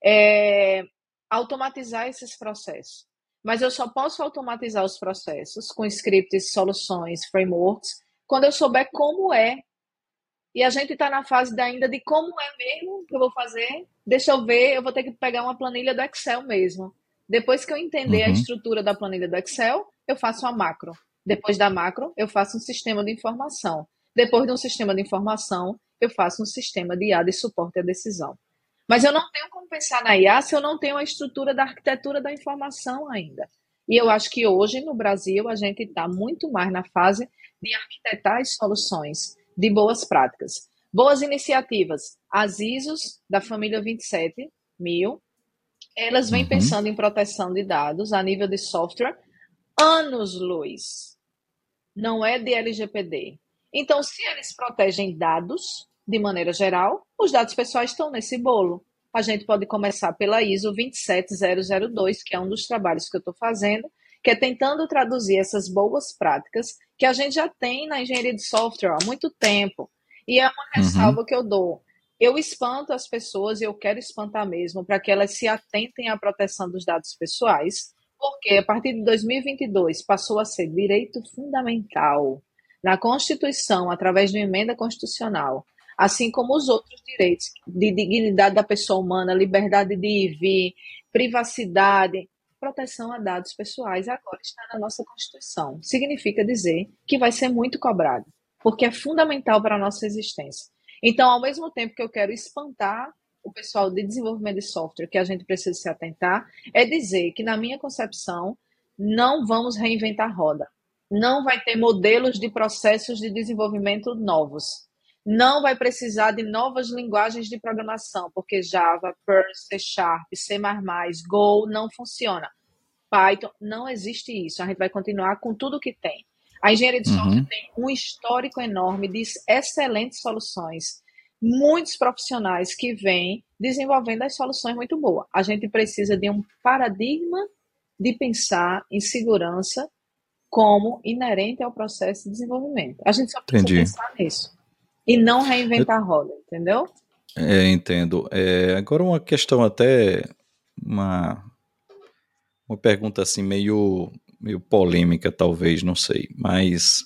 é automatizar esses processos. Mas eu só posso automatizar os processos com scripts, soluções, frameworks, quando eu souber como é. E a gente está na fase ainda de como é mesmo que eu vou fazer. Deixa eu ver, eu vou ter que pegar uma planilha do Excel mesmo. Depois que eu entender a Uhum. estrutura da planilha do Excel, eu faço a macro. Depois da macro, eu faço um sistema de informação. Depois de um sistema de informação, eu faço um sistema de I A de suporte à decisão. Mas eu não tenho como pensar na I A se eu não tenho a estrutura da arquitetura da informação ainda. E eu acho que hoje, no Brasil, a gente está muito mais na fase de arquitetar as soluções de boas práticas. Boas iniciativas. As I S Os da família vinte e sete mil, elas vêm Uhum. pensando em proteção de dados a nível de software anos-luz. Não é de L G P D. Então, se eles protegem dados, de maneira geral, os dados pessoais estão nesse bolo. A gente pode começar pela I S O vinte e sete zero zero dois, que é um dos trabalhos que eu estou fazendo, que é tentando traduzir essas boas práticas que a gente já tem na engenharia de software há muito tempo. E é uma ressalva Uhum. que eu dou. Eu espanto as pessoas, e eu quero espantar mesmo, para que elas se atentem à proteção dos dados pessoais, porque a partir de dois mil e vinte e dois passou a ser direito fundamental na Constituição, através de uma emenda constitucional, assim como os outros direitos de dignidade da pessoa humana, liberdade de ir e vir, privacidade, proteção a dados pessoais, agora está na nossa Constituição. Significa dizer que vai ser muito cobrado, porque é fundamental para a nossa existência. Então, ao mesmo tempo que eu quero espantar o pessoal de desenvolvimento de software, que a gente precisa se atentar, é dizer que, na minha concepção, não vamos reinventar a roda. Não vai ter modelos de processos de desenvolvimento novos. Não vai precisar de novas linguagens de programação, porque Java, Perl, C Sharp, C mais mais, Go não funciona. Python, não existe isso. A gente vai continuar com tudo que tem. A engenharia de software Uhum. tem um histórico enorme de excelentes soluções. Muitos profissionais que vêm desenvolvendo as soluções muito boas. A gente precisa de um paradigma de pensar em segurança como inerente ao processo de desenvolvimento. A gente só precisa Entendi. pensar nisso. E não Eu, reinventar a roda, entendeu? é, entendo. É, agora uma questão até, uma, uma pergunta assim meio, meio polêmica talvez, não sei, mas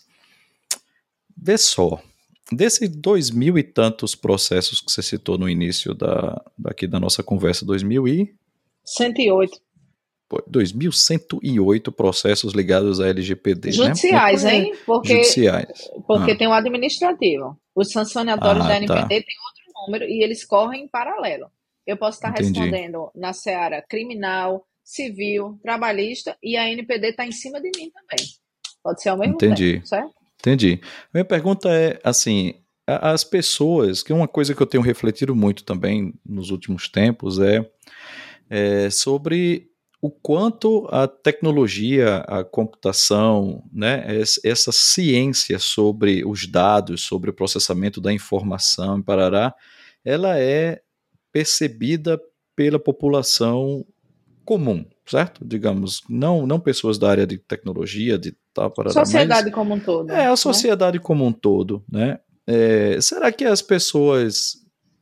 vê só, desses dois mil e tantos processos que você citou no início da, daqui da nossa conversa, dois mil e... cento e oito. dois mil cento e oito processos ligados à L G P D, Judiciais, né? É, hein? Porque, judiciais. porque Ah, tem o administrativo. Os sancionatórios ah, da N P D tá. têm outro número e eles correm em paralelo. Eu posso estar Entendi. respondendo na seara criminal, civil, trabalhista, e a N P D está em cima de mim também. Pode ser ao mesmo Entendi. tempo, certo? Entendi. Minha pergunta é, assim, as pessoas, que é uma coisa que eu tenho refletido muito também nos últimos tempos, é, é sobre o quanto a tecnologia, a computação, né, essa ciência sobre os dados, sobre o processamento da informação, parará, ela é percebida pela população comum, certo? Digamos, não, não pessoas da área de tecnologia, de tal, parará, mas Sociedade como um todo, é a né? sociedade como um todo, né? É, será que as pessoas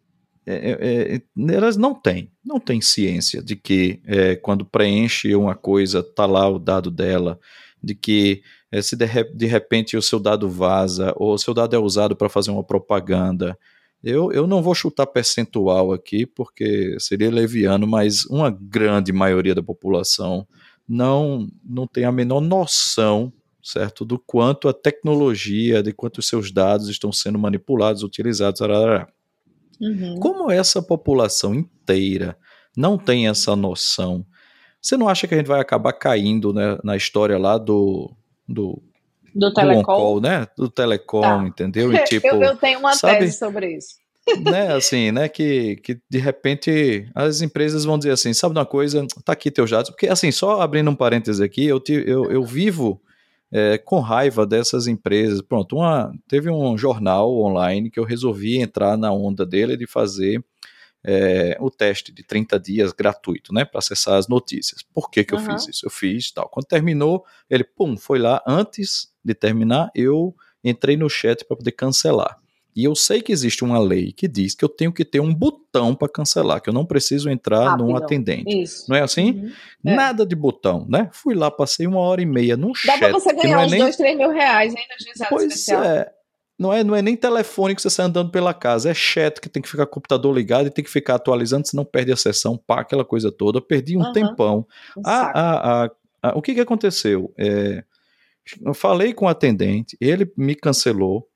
é, é, elas não têm, não têm ciência de que é, quando preenche uma coisa, tá lá o dado dela, de que é, se de, de repente o seu dado vaza, ou o seu dado é usado para fazer uma propaganda. Eu, eu não vou chutar percentual aqui, porque seria leviano, mas uma grande maioria da população não, não tem a menor noção, certo, do quanto a tecnologia, de quanto os seus dados estão sendo manipulados, utilizados, arará. Uhum. Como essa população inteira não tem essa noção, você não acha que a gente vai acabar caindo, né, na história lá do do, Do do telecom? on-call, né, do telecom, Tá. entendeu? E Eu, tipo, eu tenho uma sabe, tese sobre isso. né, assim, né, que, que de repente as empresas vão dizer assim, sabe de uma coisa, tá aqui teus dados, porque assim, só abrindo um parêntese aqui, eu, te, eu, eu vivo é, com raiva dessas empresas. Pronto, uma, teve um jornal online que eu resolvi entrar na onda dele de fazer é, o teste de trinta dias gratuito, né, para acessar as notícias. Por que que eu Uhum. fiz isso? Eu fiz tal. Quando terminou, ele, pum, foi lá. Antes de terminar, eu entrei no chat para poder cancelar. E eu sei que existe uma lei que diz que eu tenho que ter um botão para cancelar, que eu não preciso entrar num Rápido. atendente. Isso. Não é assim? Uhum. É. Nada de botão, né? Fui lá, passei uma hora e meia num Dá para chat, você que não ganhar é uns nem... dois, três mil reais, hein, no juizado Pois especial. é. Não é, não é nem telefone que você sai andando pela casa, é chat que tem que ficar com o computador ligado e tem que ficar atualizando, senão perde a sessão, pá, aquela coisa toda. Eu perdi um Uhum. tempão. Um A, saco. a, a, a, o que que aconteceu? É, eu falei com o atendente, ele me cancelou,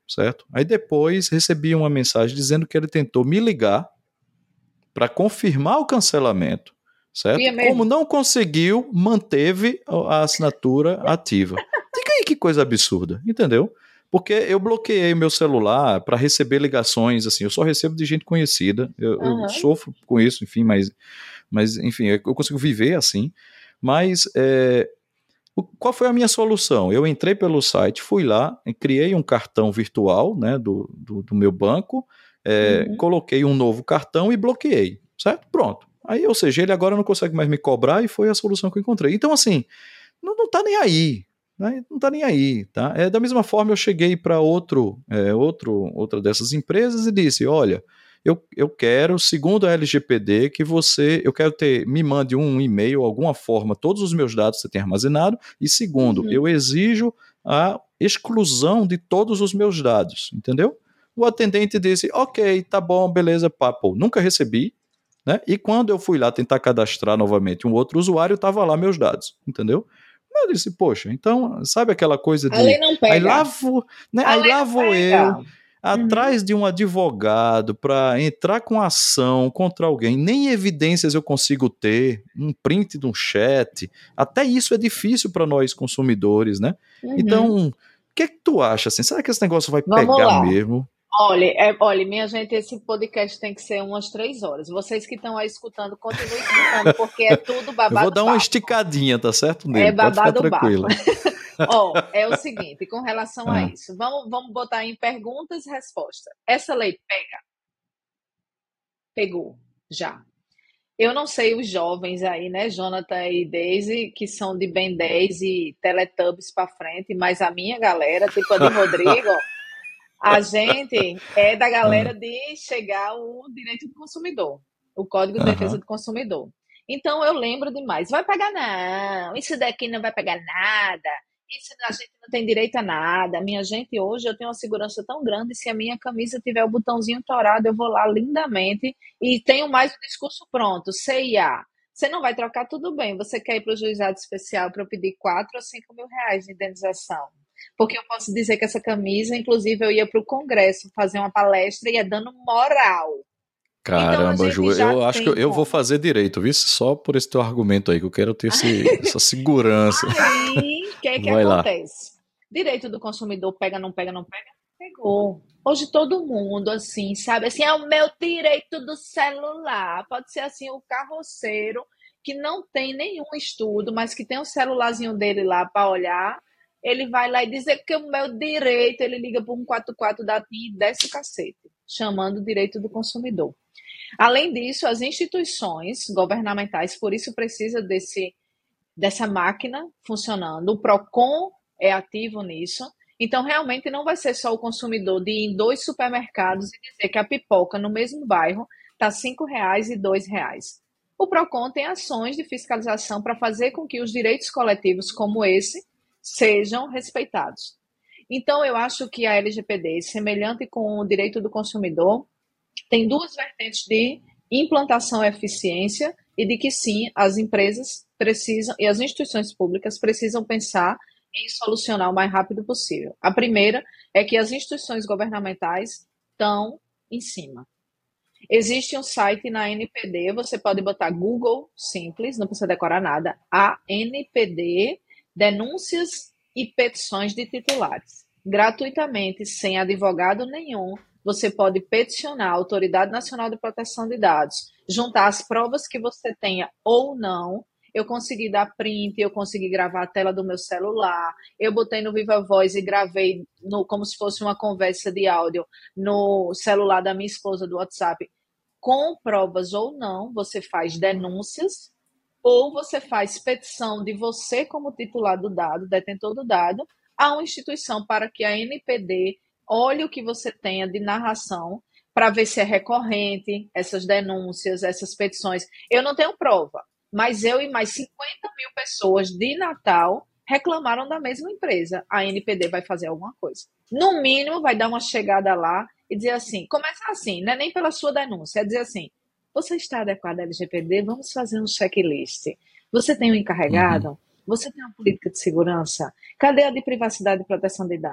certo? Aí depois recebi uma mensagem dizendo que ele tentou me ligar para confirmar o cancelamento, certo? Ia Como mesmo? não conseguiu, manteve a assinatura ativa. Diga aí que coisa absurda, entendeu? Porque eu bloqueei meu celular para receber ligações, assim, eu só recebo de gente conhecida, eu, eu Aham. sofro com isso, enfim, mas, mas enfim, eu consigo viver assim, mas é, o- qual foi a minha solução? Eu entrei pelo site, fui lá, e criei um cartão virtual, né, do, do, do meu banco, é, Uhum. coloquei um novo cartão e bloqueei, certo? Pronto. Aí, ou seja, ele agora não consegue mais me cobrar e foi a solução que eu encontrei. Então, assim, não, não tá nem aí, né? Não tá nem aí, tá? É, da mesma forma, eu cheguei para outro, é, outro, outra dessas empresas e disse, olha, eu, eu quero, segundo a L G P D, que você, eu quero ter, me mande um e-mail, alguma forma, todos os meus dados que você tem armazenado, e segundo, Uhum. eu exijo a exclusão de todos os meus dados, entendeu? O atendente disse, ok, tá bom, beleza, papo, nunca recebi, né? E quando eu fui lá tentar cadastrar novamente um outro usuário, tava lá meus dados, entendeu? Eu disse, poxa, então, sabe aquela coisa A lei de. não Aí lá pega. vou, né? A Aí lei lá não vou eu, pega. Uhum. atrás de um advogado para entrar com ação contra alguém. Nem evidências eu consigo ter, um print de um chat. Até isso é difícil para nós consumidores, né? Uhum. Então, o que é que tu acha assim? Será que esse negócio vai Vamos pegar lá. mesmo? Olha, é, olha, minha gente, esse podcast tem que ser umas três horas. Vocês que estão aí escutando, continuem escutando, porque é tudo Eu vou babado dar uma bafo. esticadinha, tá certo É nele? Pode ficar babado bafo. tranquila. Ó, é o seguinte, com relação a Ah, isso, vamos, vamos botar em perguntas e respostas. Essa lei pega? Pegou, já. Eu não sei os jovens aí, né, Jonathan e Daisy, que são de Ben dez e Teletubbies para frente, mas a minha galera, tipo a de Rodrigo, a gente é da galera ah, de chegar o direito do consumidor, o Código de Defesa aham. do Consumidor. Então eu lembro demais. Vai pegar não, isso daqui não vai pegar nada. Isso a gente não tem direito a nada. Minha gente, hoje eu tenho uma segurança tão grande. Se a minha camisa tiver o botãozinho torado, eu vou lá lindamente e tenho mais o discurso pronto. C I A. Você não vai trocar, tudo bem. Você quer ir para o juizado especial para eu pedir quatro ou cinco mil reais de indenização? Porque eu posso dizer que essa camisa, inclusive, eu ia para o Congresso fazer uma palestra e ia dando moral. Então a Caramba, gente Ju, já eu acho que eu, tem eu vou como. fazer direito, viu? Só por esse teu argumento aí, que eu quero ter esse, essa segurança. Aí, o que é que Vai lá. acontece? Direito do consumidor pega, não pega, não pega? Pegou. Hoje todo mundo, assim, sabe? Assim, é o meu direito do celular. Pode ser, assim, o carroceiro que não tem nenhum estudo, mas que tem um celularzinho dele lá para olhar. Ele vai lá e dizer que é o meu direito. Ele liga para um quatro quatro da T I e desce o cacete, chamando o direito do consumidor. Além disso, as instituições governamentais, por isso precisa desse dessa máquina funcionando. O Procon é ativo nisso. Então, realmente, não vai ser só o consumidor de ir em dois supermercados e dizer que a pipoca no mesmo bairro está cinco reais e dois reais. O Procon tem ações de fiscalização para fazer com que os direitos coletivos como esse sejam respeitados. Então, eu acho que a L G P D, semelhante com o direito do consumidor, tem duas vertentes de implantação e eficiência e de que sim, as empresas precisam e as instituições públicas precisam pensar em solucionar o mais rápido possível. A primeira é que as instituições governamentais estão em cima. Existe um site na N P D, você pode botar Google simples, não precisa decorar nada, a N P D, denúncias e petições de titulares. Gratuitamente, sem advogado nenhum, você pode peticionar a Autoridade Nacional de Proteção de Dados, juntar as provas que você tenha ou não. Eu consegui dar print, eu consegui gravar a tela do meu celular, eu botei no Viva Voz e gravei no, como se fosse uma conversa de áudio no celular da minha esposa do WhatsApp. Com provas ou não, você faz denúncias ou você faz petição de você como titular do dado, detentor do dado, a uma instituição para que a N P D olhe o que você tenha de narração para ver se é recorrente essas denúncias, essas petições. Eu não tenho prova, mas eu e mais cinquenta mil pessoas de Natal reclamaram da mesma empresa. A N P D vai fazer alguma coisa. No mínimo, vai dar uma chegada lá e dizer assim, começa assim, não é nem pela sua denúncia, é dizer assim, você está adequado à L G P D? Vamos fazer um checklist. Você tem um Uhum. encarregado? Você tem uma política de segurança? Cadê a de privacidade e proteção de dados?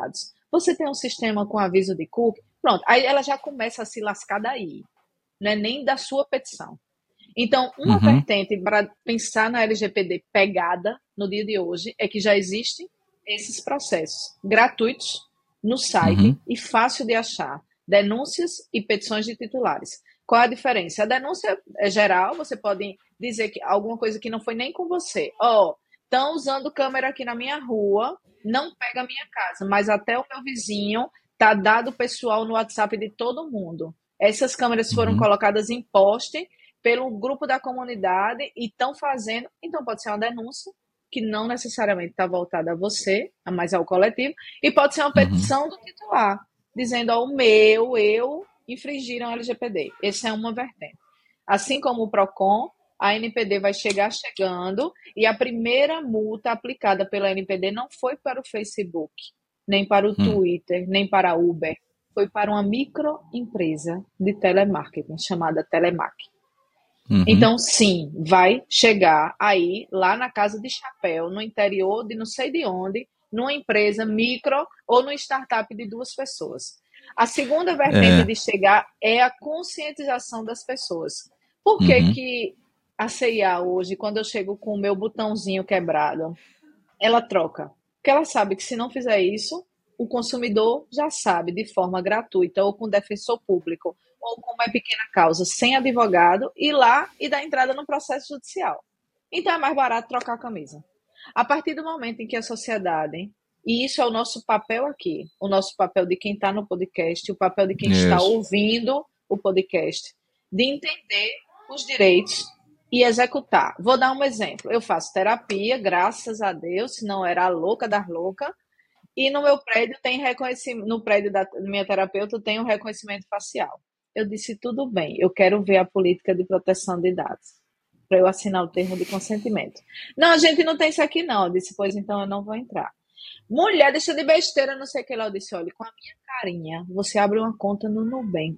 Você tem um sistema com aviso de cookie? Pronto, aí ela já começa a se lascar daí. Não é nem da sua petição. Então, uma Uhum. vertente para pensar na L G P D pegada no dia de hoje é que já existem esses processos gratuitos no site Uhum. e fácil de achar. Denúncias e petições de titulares. Qual é a diferença? A denúncia é geral, você pode dizer que alguma coisa que não foi nem com você. Ó, oh, estão usando câmera aqui na minha rua, não pega a minha casa, mas até o meu vizinho tá dado pessoal no WhatsApp de todo mundo. Essas câmeras foram Uhum. colocadas em poste pelo grupo da comunidade e estão fazendo, então pode ser uma denúncia que não necessariamente está voltada a você, mas ao coletivo, e pode ser uma petição Uhum. do titular, dizendo, ó, o meu, eu, infringiram a L G P D. Essa é uma vertente. Assim como o PROCON, a N P D vai chegar chegando e a primeira multa aplicada pela N P D não foi para o Facebook, nem para o Hum. Twitter, nem para a Uber, foi para uma microempresa de telemarketing chamada Telemac. Uhum. Então, sim, vai chegar aí, lá na Casa de Chapéu, no interior de não sei de onde, numa empresa micro ou numa startup de duas pessoas. A segunda vertente É. de chegar é a conscientização das pessoas. Por que Uhum. que a C I A hoje, quando eu chego com o meu botãozinho quebrado, ela troca? Porque ela sabe que se não fizer isso, o consumidor já sabe, de forma gratuita ou com defensor público, ou com uma pequena causa, sem advogado, ir lá e dar entrada no processo judicial. Então é mais barato trocar a camisa. A partir do momento em que a sociedade, e isso é o nosso papel aqui, o nosso papel de quem está no podcast, o papel de quem está Isso. ouvindo o podcast, de entender os direitos e executar. Vou dar um exemplo. Eu faço terapia, graças a Deus, senão era a louca das loucas, e no meu prédio tem reconhecimento, no prédio da minha terapeuta tem um reconhecimento facial. Eu disse, tudo bem, eu quero ver a política de proteção de dados, para eu assinar o termo de consentimento. Não, a gente não tem isso aqui não. Eu disse, pois então eu não vou entrar. Mulher, deixa de besteira, não sei o que lá. Eu disse, olha, com a minha carinha, você abre uma conta no Nubank,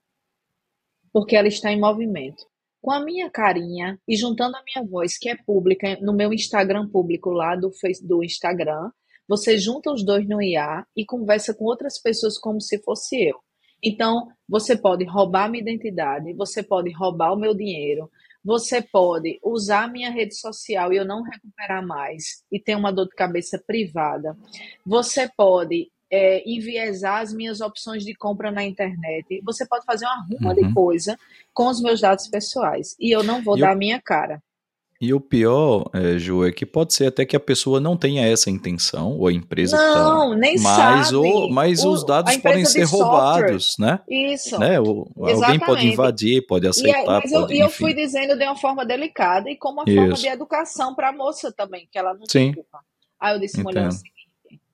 porque ela está em movimento. Com a minha carinha e juntando a minha voz, que é pública, no meu Instagram público lá do, face, do Instagram, você junta os dois no I A e conversa com outras pessoas como se fosse eu. Então, você pode roubar minha identidade, você pode roubar o meu dinheiro, você pode usar a minha rede social e eu não recuperar mais e ter uma dor de cabeça privada. Você pode é, enviesar as minhas opções de compra na internet. Você pode fazer uma ruma Uhum. de coisa com os meus dados pessoais e eu não vou E dar o- a minha cara. E o pior, é, Ju, é que pode ser até que a pessoa não tenha essa intenção, ou a empresa que está. Não, nem Mas, o, sabe. mas os O, a dados podem empresa ser de software. roubados, né? Isso, né? O, alguém pode exatamente. invadir, pode E, aí- aceitar, mas eu, pode, e eu fui enfim. dizendo de uma forma delicada e como uma forma de Isso. educação para a moça também, que ela não tem Sim, culpa. Aí eu disse, mulher, é o entendo. seguinte,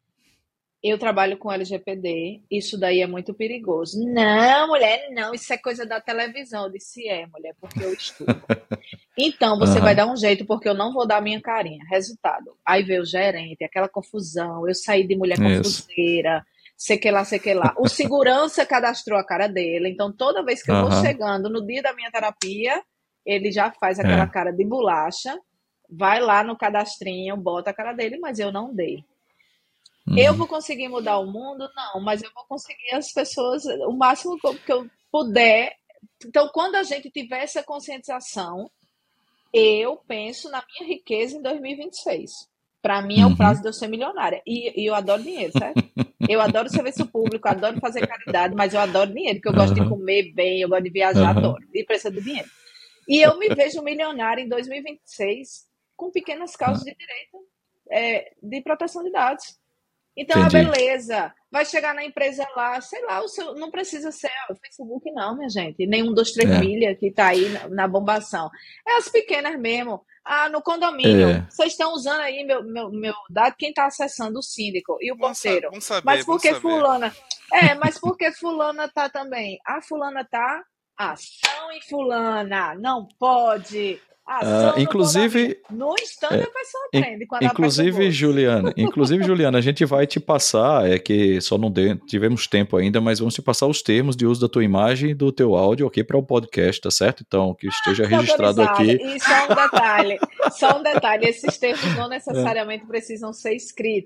eu trabalho com L G P D, isso daí é muito perigoso. Não, mulher, não, isso é coisa da televisão. Eu disse, é, mulher, porque eu estudo. Então, você vai Aham. dar um jeito, porque eu não vou dar minha carinha. Resultado, aí veio o gerente, aquela confusão, eu saí de mulher Isso. confuseira, sei que lá, sei que lá. O segurança cadastrou a cara dele, então toda vez que eu vou Aham. chegando no dia da minha terapia, ele já faz aquela É. cara de bolacha, vai lá no cadastrinho, bota a cara dele, mas eu não dei. Eu Uhum. vou conseguir mudar o mundo? Não, mas eu vou conseguir as pessoas, o máximo que eu, que eu puder. Então, quando a gente tiver essa conscientização, eu penso na minha riqueza em dois mil e vinte e seis. Para mim é o Uhum. prazo de eu ser milionária. E, e eu adoro dinheiro, certo? Eu adoro serviço público, adoro fazer caridade, mas eu adoro dinheiro, porque eu gosto de Aham. comer bem, eu gosto de viajar, Aham. adoro. E precisa de dinheiro. E eu me vejo milionária em dois mil e vinte e seis com pequenas causas de direito é, de proteção de dados. Então, a Entendi. beleza, vai chegar na empresa lá, sei lá, o seu, não precisa ser o Facebook não, minha gente, nem um, dois, três É. milha que tá aí na, na bombação. É as pequenas mesmo. Ah, no condomínio, É. vocês estão usando aí meu, meu, meu dado, quem está acessando o síndico e o Bom, sa porteiro. bom saber, Mas bom por que saber. fulana? É, mas por que fulana tá também? A fulana tá, ação em fulana, não pode. Ah, Ação no inclusive, condomínio. No instante é, a pessoa in- aprende quando aperta o inclusive, bolso. Juliana, inclusive, Juliana, a gente vai te passar, é que só não de- tivemos tempo ainda, mas vamos te passar os termos de uso da tua imagem e do teu áudio, ok, para o podcast, tá certo? Então, que esteja Tá registrado autorizada. aqui. E só um detalhe, só um detalhe, esses termos não É. necessariamente precisam ser escritos.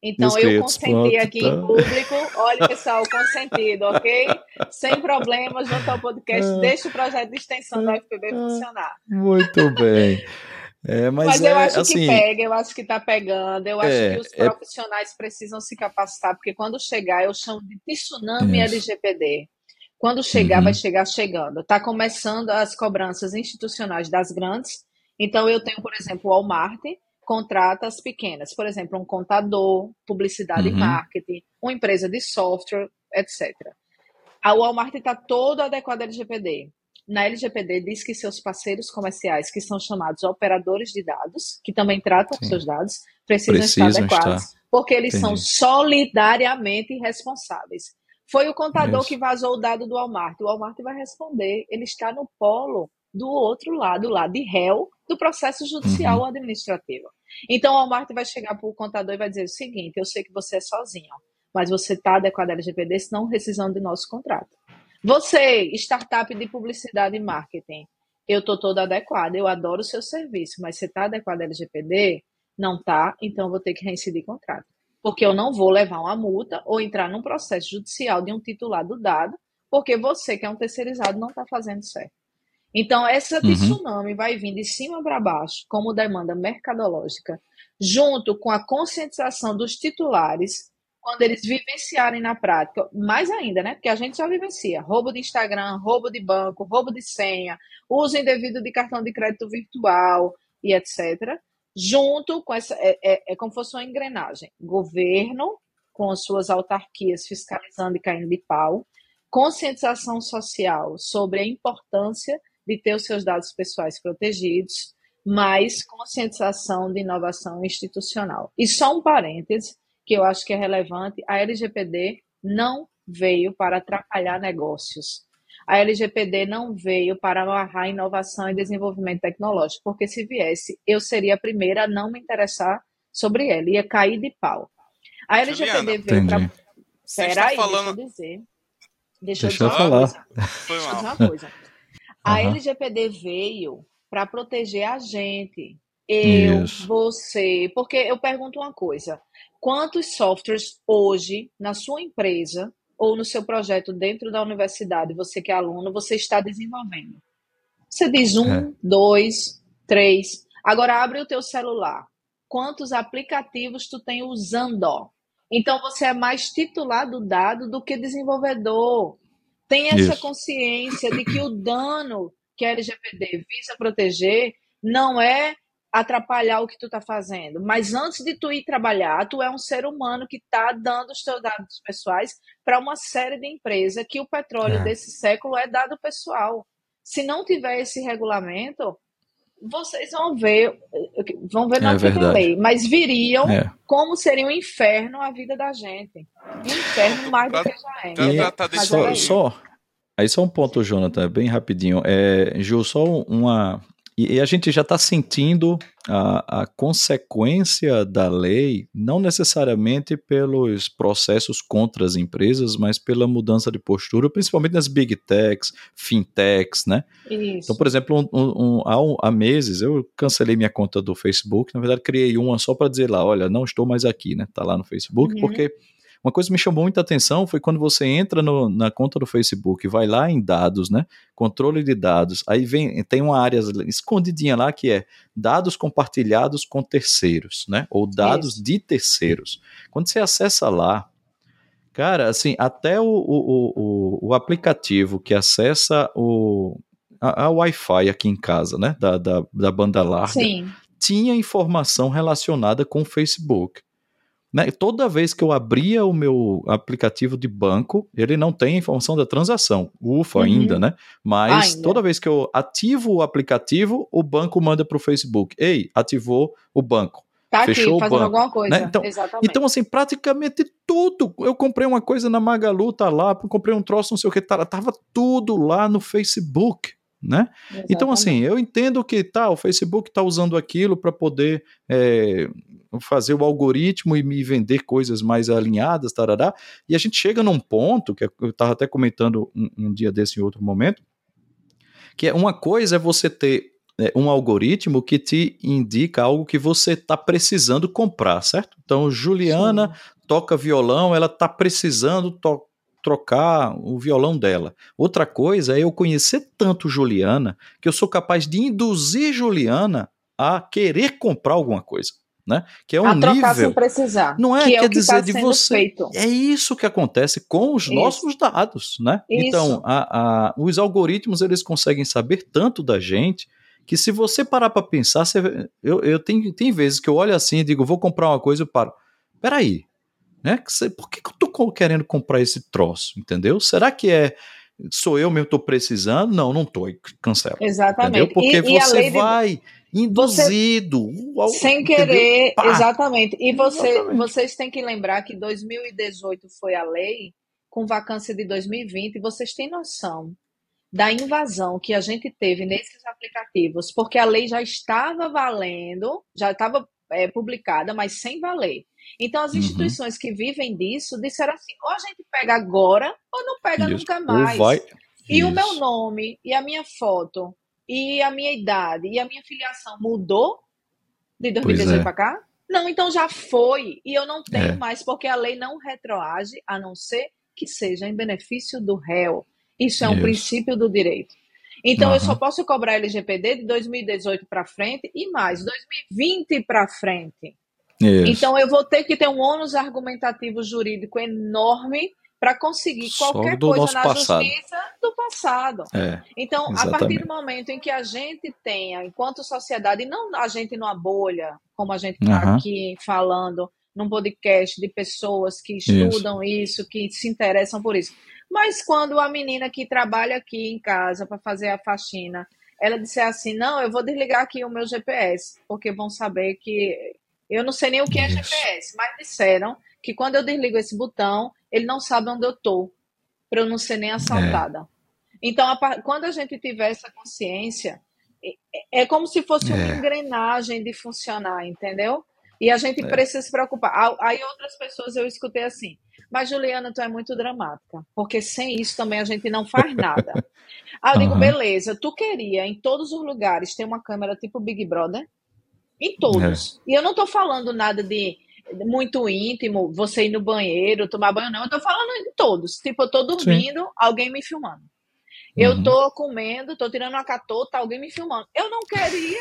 Então, eu consenti aqui em público. Olha, pessoal, consentido, ok? Sem problemas, junto ao podcast, deixa o projeto de extensão da U F P B funcionar. Muito bem. É, mas, mas eu é, acho assim, que pega, eu acho que está pegando, eu acho é, que os profissionais é... precisam se capacitar, porque quando chegar, eu chamo de tsunami L G P D. Quando chegar, uhum. vai chegar chegando. Está começando as cobranças institucionais das grandes. Então, eu tenho, por exemplo, o Walmart, contrata as pequenas. Por exemplo, um contador, publicidade uhum. e marketing, uma empresa de software, etcétera. A Walmart está todo adequado à L G P D. Na L G P D diz que seus parceiros comerciais, que são chamados operadores de dados, que também tratam Sim. seus dados, precisam, precisam estar adequados, estar. porque eles Entendi. são solidariamente responsáveis. Foi o contador Isso. que vazou o dado do Walmart. O Walmart vai responder. Ele está no polo do outro lado, lá de réu, do processo judicial uhum. ou administrativo. Então, o Walmart vai chegar para o contador e vai dizer o seguinte: eu sei que você é sozinho, mas você está adequado à L G P D, senão rescisão do nosso contrato. Você, startup de publicidade e marketing, eu estou toda adequada, eu adoro o seu serviço, mas você está adequado à L G P D? Não está, então eu vou ter que reincidir contrato. Porque eu não vou levar uma multa ou entrar num processo judicial de um titular do dado, porque você, que é um terceirizado, não está fazendo certo. Então, essa uhum. tsunami vai vir de cima para baixo, como demanda mercadológica, junto com a conscientização dos titulares, quando eles vivenciarem na prática, mais ainda, né? Porque a gente já vivencia roubo de Instagram, roubo de banco, roubo de senha, uso indevido de cartão de crédito virtual e etcétera. Junto com essa, é, é, é como se fosse uma engrenagem. Governo, com as suas autarquias fiscalizando e caindo de pau, conscientização social sobre a importância de ter os seus dados pessoais protegidos, mais conscientização de inovação institucional. E só um parêntese, que eu acho que é relevante, a L G P D não veio para atrapalhar negócios. A L G P D não veio para amarrar inovação e desenvolvimento tecnológico, porque se viesse, eu seria a primeira a não me interessar sobre ela, ia cair de pau. A L G P D Juliana, veio para... Espera aí, falando... deixa eu dizer. Deixa, deixa eu dizer falar. Coisa. Deixa eu dizer uma coisa. A uhum. L G P D veio para proteger a gente. Eu, Isso. você... Porque eu pergunto uma coisa. Quantos softwares hoje, na sua empresa, ou no seu projeto dentro da universidade, você que é aluno, você está desenvolvendo? Você diz um, é. dois, três. Agora abre o teu celular. Quantos aplicativos tu tem usando? Então você é mais titular do dado do que desenvolvedor. Tem essa Isso. consciência de que o dano que a L G P D visa proteger não é atrapalhar o que tu tá fazendo. Mas antes de tu ir trabalhar, tu é um ser humano que tá dando os teus dados pessoais para uma série de empresas que o petróleo é. desse século é dado pessoal. Se não tiver esse regulamento, vocês vão ver, vão ver, não é tem lei, mas viriam é. como seria um inferno a vida da gente. Um inferno mais do que já é. E tá só, aí. só, aí só um ponto, Jonathan, bem rapidinho. É, Ju, só uma... E a gente já está sentindo a, a consequência da lei, não necessariamente pelos processos contra as empresas, mas pela mudança de postura, principalmente nas big techs, fintechs, né? Isso. Então, por exemplo, um, um, um, há, um, há meses eu cancelei minha conta do Facebook, na verdade criei uma só para dizer lá, olha, não estou mais aqui, né? Tá lá no Facebook, uhum. porque... Uma coisa que me chamou muita atenção foi quando você entra no, na conta do Facebook, vai lá em dados, né? Controle de dados, aí vem, tem uma área escondidinha lá que é dados compartilhados com terceiros, né? Ou dados Isso. de terceiros. Quando você acessa lá, cara, assim, até o, o, o, o aplicativo que acessa o, a, a Wi-Fi aqui em casa, né? Da, da, da banda larga, Sim. tinha informação relacionada com o Facebook. Né? Toda vez que eu abria o meu aplicativo de banco, ele não tem a informação da transação. Ufa, uhum. ainda, né? Mas ainda. Toda vez que eu ativo o aplicativo, o banco manda para o Facebook. Ei, ativou o banco. Tá Fechou aqui, o fazendo banco. alguma coisa. Né? Então, Exatamente. então, assim, praticamente tudo. Eu comprei uma coisa na Magalu, tá lá. Comprei um troço, não sei o que, tá, tava tudo lá no Facebook. Né? Então, assim, eu entendo que tá, o Facebook está usando aquilo para poder é, fazer o algoritmo e me vender coisas mais alinhadas, tarará, e a gente chega num ponto, que eu estava até comentando um, um dia desse em outro momento, que é uma coisa é você ter é, um algoritmo que te indica algo que você está precisando comprar, certo? Então, Juliana Sim. toca violão, ela está precisando to- trocar o violão dela. Outra coisa é eu conhecer tanto Juliana que eu sou capaz de induzir Juliana a querer comprar alguma coisa, né? Que é um A trocar sem nível, precisar, não é? que é Quer o que está dizer, de sendo você. feito. É isso que acontece com os Isso. nossos dados, né? Então, Isso. a, a, os algoritmos eles conseguem saber tanto da gente que se você parar para pensar, você, eu, eu tenho, tem vezes que eu olho assim e digo, vou comprar uma coisa, eu paro. Peraí, né? Que você- Por que, que eu tô co- querendo comprar esse troço, entendeu? Será que é sou eu mesmo que tô precisando? Não, não tô, e cancela, entendeu? Exatamente. Porque E, e a você lei de vai você induzido, ao- sem entendeu? querer, Pá, exatamente. E você, exatamente. vocês têm que lembrar que dois mil e dezoito foi a lei, com vacância de dois mil e vinte, e vocês têm noção da invasão que a gente teve nesses aplicativos, porque a lei já estava valendo, já estava é, publicada, mas sem valer. Então, as Uhum, instituições que vivem disso disseram assim: ou a gente pega agora, ou não pega isso. nunca Ou vai. mais. E o meu Isso. nome, e a minha foto, e a minha idade, e a minha filiação mudou de Pois dois mil e dezoito é. para cá? Não, então já foi. E eu não tenho É. mais, porque a lei não retroage, a não ser que seja em benefício do réu. Isso é um Isso. princípio do direito. Então eu só Aham. posso cobrar L G P D de dois mil e dezoito para frente e mais, dois mil e vinte para frente. Isso. Então eu vou ter que ter um ônus argumentativo jurídico enorme para conseguir Só qualquer do coisa nosso na passado. justiça do passado. É, Então, a partir do exatamente. momento em que a gente tenha, enquanto sociedade, e não a gente numa bolha, como a gente está Aham. aqui falando num podcast de pessoas que Isso. estudam isso, que se interessam por isso, mas quando a menina que trabalha aqui em casa para fazer a faxina, ela disser assim, não, eu vou desligar aqui o meu G P S, porque vão saber que eu não sei nem o que é Isso. G P S, mas disseram que quando eu desligo esse botão, ele não sabe onde eu estou, para eu não ser nem É. assaltada. Então, a par- quando a gente tiver essa consciência, é é como se fosse uma É. engrenagem de funcionar, entendeu? E a gente É. precisa se preocupar. Ah, aí outras pessoas eu escutei assim, mas Juliana, tu é muito dramática, porque sem isso também a gente não faz nada. Ah, eu digo, Aham. beleza, tu queria em todos os lugares ter uma câmera tipo Big Brother? Em É. todos. E eu não estou falando nada de muito íntimo, você ir no banheiro, tomar banho, não. Eu estou falando em todos. Tipo, eu estou Sim. dormindo, alguém me filmando. Eu Uhum. tô comendo, tô tirando uma catota, alguém me filmando. Eu não queria.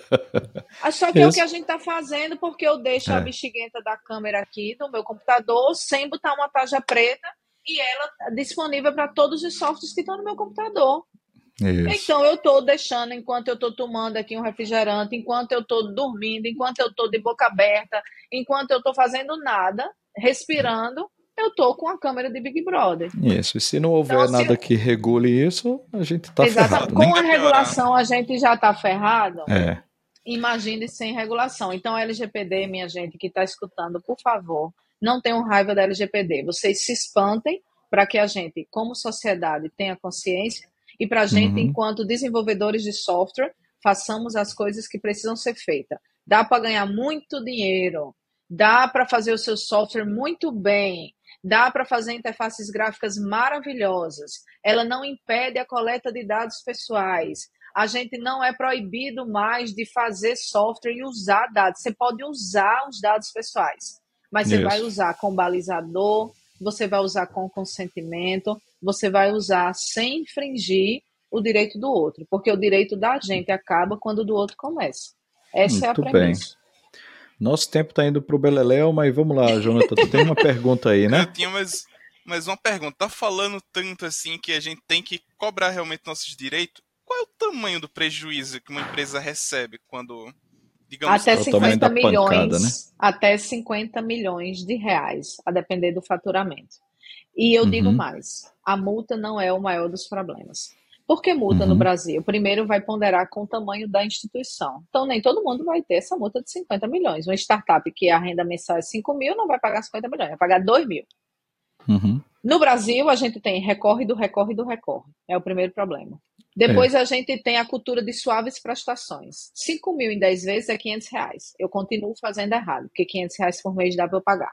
Ah, só que é o que a Isso. gente tá fazendo, porque eu deixo a É. bexiguenta da câmera aqui no meu computador sem botar uma tarja preta e ela tá disponível para todos os softwares que estão no meu computador. Isso. Então eu estou deixando, enquanto eu estou tomando aqui um refrigerante, enquanto eu estou dormindo, enquanto eu estou de boca aberta, enquanto eu estou fazendo nada, respirando, eu estou com a câmera de Big Brother. Isso. E se não Então, houver assim, nada que regule isso, a gente tá exatamente. ferrado, né? Com a Tende a piorar. regulação a gente já está ferrado. É. Imagine sem regulação. Então, a L G P D, minha gente que está escutando, por favor, não tenham raiva da L G P D. Vocês se espantem para que a gente, como sociedade, tenha consciência e para a gente, Uhum. enquanto desenvolvedores de software, façamos as coisas que precisam ser feitas. Dá para ganhar muito dinheiro, dá para fazer o seu software muito bem, dá para fazer interfaces gráficas maravilhosas. Ela não impede a coleta de dados pessoais. A gente não é proibido mais de fazer software e usar dados. Você pode usar os dados pessoais, mas você vai Isso. usar com balizador, você vai usar com consentimento, você vai usar sem infringir o direito do outro, porque o direito da gente acaba quando o do outro começa. Essa é a Muito bem. premissa. Nosso tempo tá indo pro beleléu, mas vamos lá, Jonathan. Tu tem uma pergunta aí, Eu né? tinha mais, mais uma pergunta. Tá falando tanto assim que a gente tem que cobrar realmente nossos direitos? Qual é o tamanho do prejuízo que uma empresa recebe quando, digamos, Até É o tamanho cinquenta da pancada, né? milhões, até cinquenta milhões de reais, a depender do faturamento. E eu digo Uhum. mais, a multa não é o maior dos problemas. Por que multa no Uhum. Brasil? Primeiro vai ponderar com o tamanho da instituição. Então, nem todo mundo vai ter essa multa de cinquenta milhões. Uma startup que a renda mensal é cinco mil não vai pagar cinquenta milhões, vai pagar dois mil. Uhum. No Brasil, a gente tem recorre do recorre do recorre. É o primeiro problema. Depois É. a gente tem a cultura de suaves prestações. cinco mil em dez vezes é quinhentos reais. Eu continuo fazendo errado, porque quinhentos reais por mês dá para eu pagar.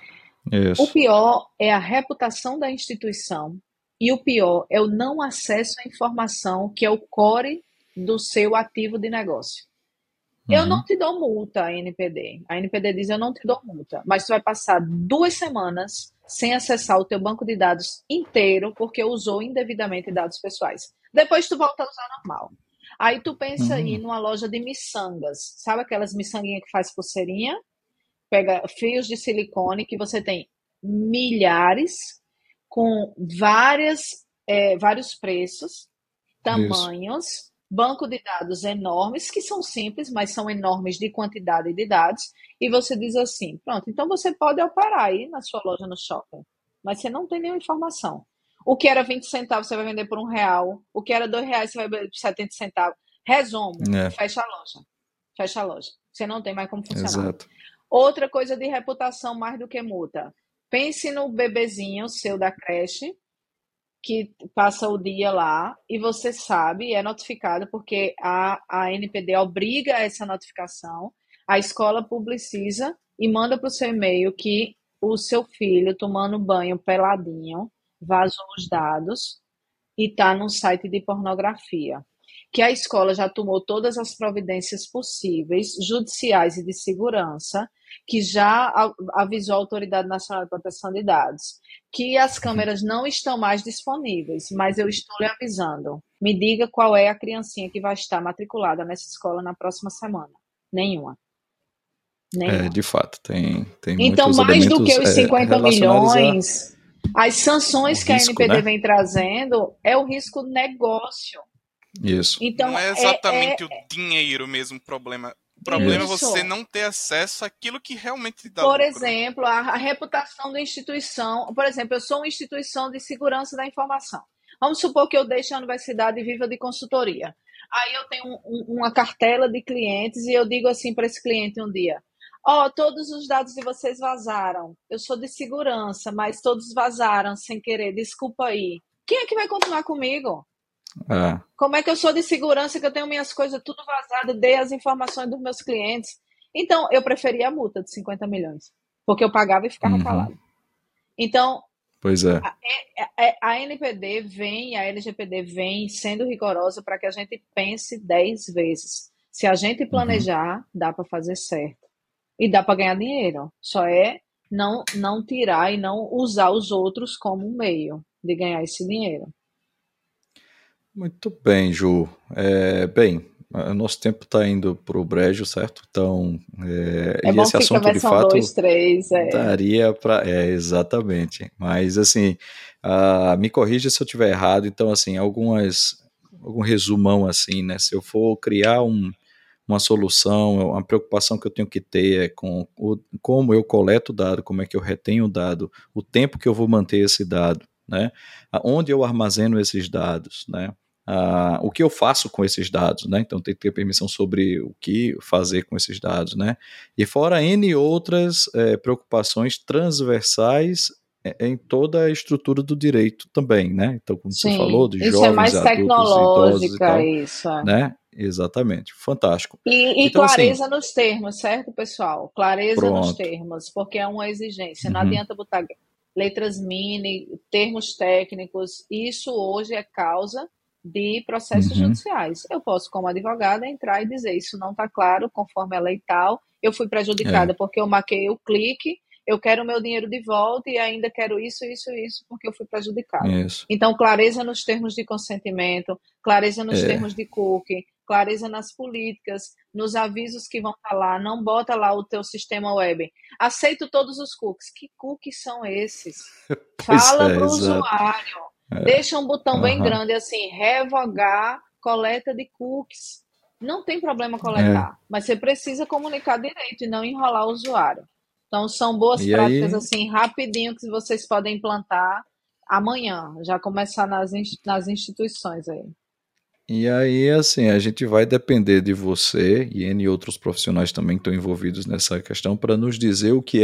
O Isso. pior é a reputação da instituição e o pior é o não acesso à informação, que é o core do seu ativo de negócio. Uhum. Eu não te dou multa, a N P D. A N P D diz, eu não te dou multa, mas tu vai passar duas semanas sem acessar o teu banco de dados inteiro porque usou indevidamente dados pessoais. Depois tu volta a usar normal. Aí tu pensa Uhum. aí numa loja de miçangas. Sabe aquelas miçanguinhas que faz pulseirinha? Pega fios de silicone que você tem milhares com várias, é, vários preços, Isso. tamanhos, banco de dados enormes, que são simples, mas são enormes de quantidade de dados, e você diz assim, pronto, então você pode operar aí na sua loja no shopping, mas você não tem nenhuma informação. O que era vinte centavos você vai vender por um real, o que era dois reais você vai vender por setenta centavos. Resumo, É, fecha a loja. Fecha a loja. Você não tem mais como funcionar. exato. Outra coisa de reputação mais do que multa. Pense no bebezinho seu da creche, que passa o dia lá e você sabe, é notificado porque a, a N P D obriga essa notificação, a escola publiciza e manda para o seu e-mail que o seu filho tomando banho peladinho vazou os dados e está num site de pornografia. Que a escola já tomou todas as providências possíveis, judiciais e de segurança, que já avisou a Autoridade Nacional de Proteção de Dados, que as câmeras não estão mais disponíveis, mas eu estou lhe avisando. Me diga qual é a criancinha que vai estar matriculada nessa escola na próxima semana. Nenhuma. Nenhuma. É, de fato, tem, tem Então, muitos mais do elementos que os é, cinquenta relacionados a- milhões, as sanções ao que a risco, N P D né? vem trazendo é o risco negócio. Isso. Então, Não é é, exatamente é o dinheiro mesmo o problema. O problema é isso. você não ter acesso àquilo que realmente te dá Por lucro. exemplo, a, a reputação da instituição. Por exemplo, eu sou uma instituição de segurança da informação. Vamos supor que eu deixe a universidade e viva de consultoria. Aí eu tenho um- um- uma cartela de clientes e eu digo assim para esse cliente um dia: ó, todos os dados de vocês vazaram. Eu sou de segurança, mas todos vazaram sem querer. Desculpa aí. Quem é que vai continuar comigo? É, Como é que eu sou de segurança, que eu tenho minhas coisas tudo vazado, dei as informações dos meus clientes? Então, eu preferia a multa de cinquenta milhões, porque eu pagava e ficava uhum, calado. Então, pois é. a, é- é- a N P D vem, a L G P D vem sendo rigorosa para que a gente pense dez vezes. Se a gente Uhum. planejar, dá para fazer certo. E dá para ganhar dinheiro. Só é não, não tirar e não usar os outros como um meio de ganhar esse dinheiro. Muito bem, Ju. É, bem, o nosso tempo está indo para o brejo, certo? Então, é, É e bom esse que fica a assunto, de versão dois, fato, três. É. daria para... É, exatamente. Mas, assim, ah, me corrija se eu estiver errado. Então, assim, algumas... algum resumão, assim, né? Se eu for criar um, uma solução, uma preocupação que eu tenho que ter é com o, como eu coleto o dado, como é que eu retenho o dado, o tempo que eu vou manter esse dado, né? Onde eu armazeno esses dados, né? Ah, o que eu faço com esses dados, né? Então tem que ter permissão sobre o que fazer com esses dados, né? E fora N outras é, preocupações transversais é, em toda a estrutura do direito também, né? Então, como você falou, Sim, de isso é jovens, mais adultos, idosos e tecnológica, tal, isso. É. né? Exatamente, fantástico. E, e Então, assim, clareza nos termos, certo, pessoal? Clareza nos pronto. termos, porque é uma exigência. Não Uhum. adianta botar letras mini, termos técnicos. Isso hoje é causa de processos Uhum. judiciais. Eu posso, como advogada, entrar e dizer isso não está claro, conforme a lei tal, eu fui prejudicada É, porque eu maquei o clique, eu quero o meu dinheiro de volta e ainda quero isso, isso, isso, porque eu fui prejudicada. isso. Então, clareza nos termos de consentimento, clareza nos É, termos de cookie, clareza nas políticas, nos avisos que vão estar lá. Não bota lá o teu sistema web. Aceito todos os cookies. Que cookies são esses? pois Fala é, para o exato. usuário. É, Deixa um botão bem aham. grande assim, revogar coleta de cookies. Não tem problema É, coletar, mas você precisa comunicar direito e não enrolar o usuário. Então, são boas e práticas aí, assim, rapidinho, que vocês podem implantar amanhã, já começar nas, ins- nas instituições aí. e aí, assim, a gente vai depender de você e N outros profissionais também que estão envolvidos nessa questão para nos dizer o que é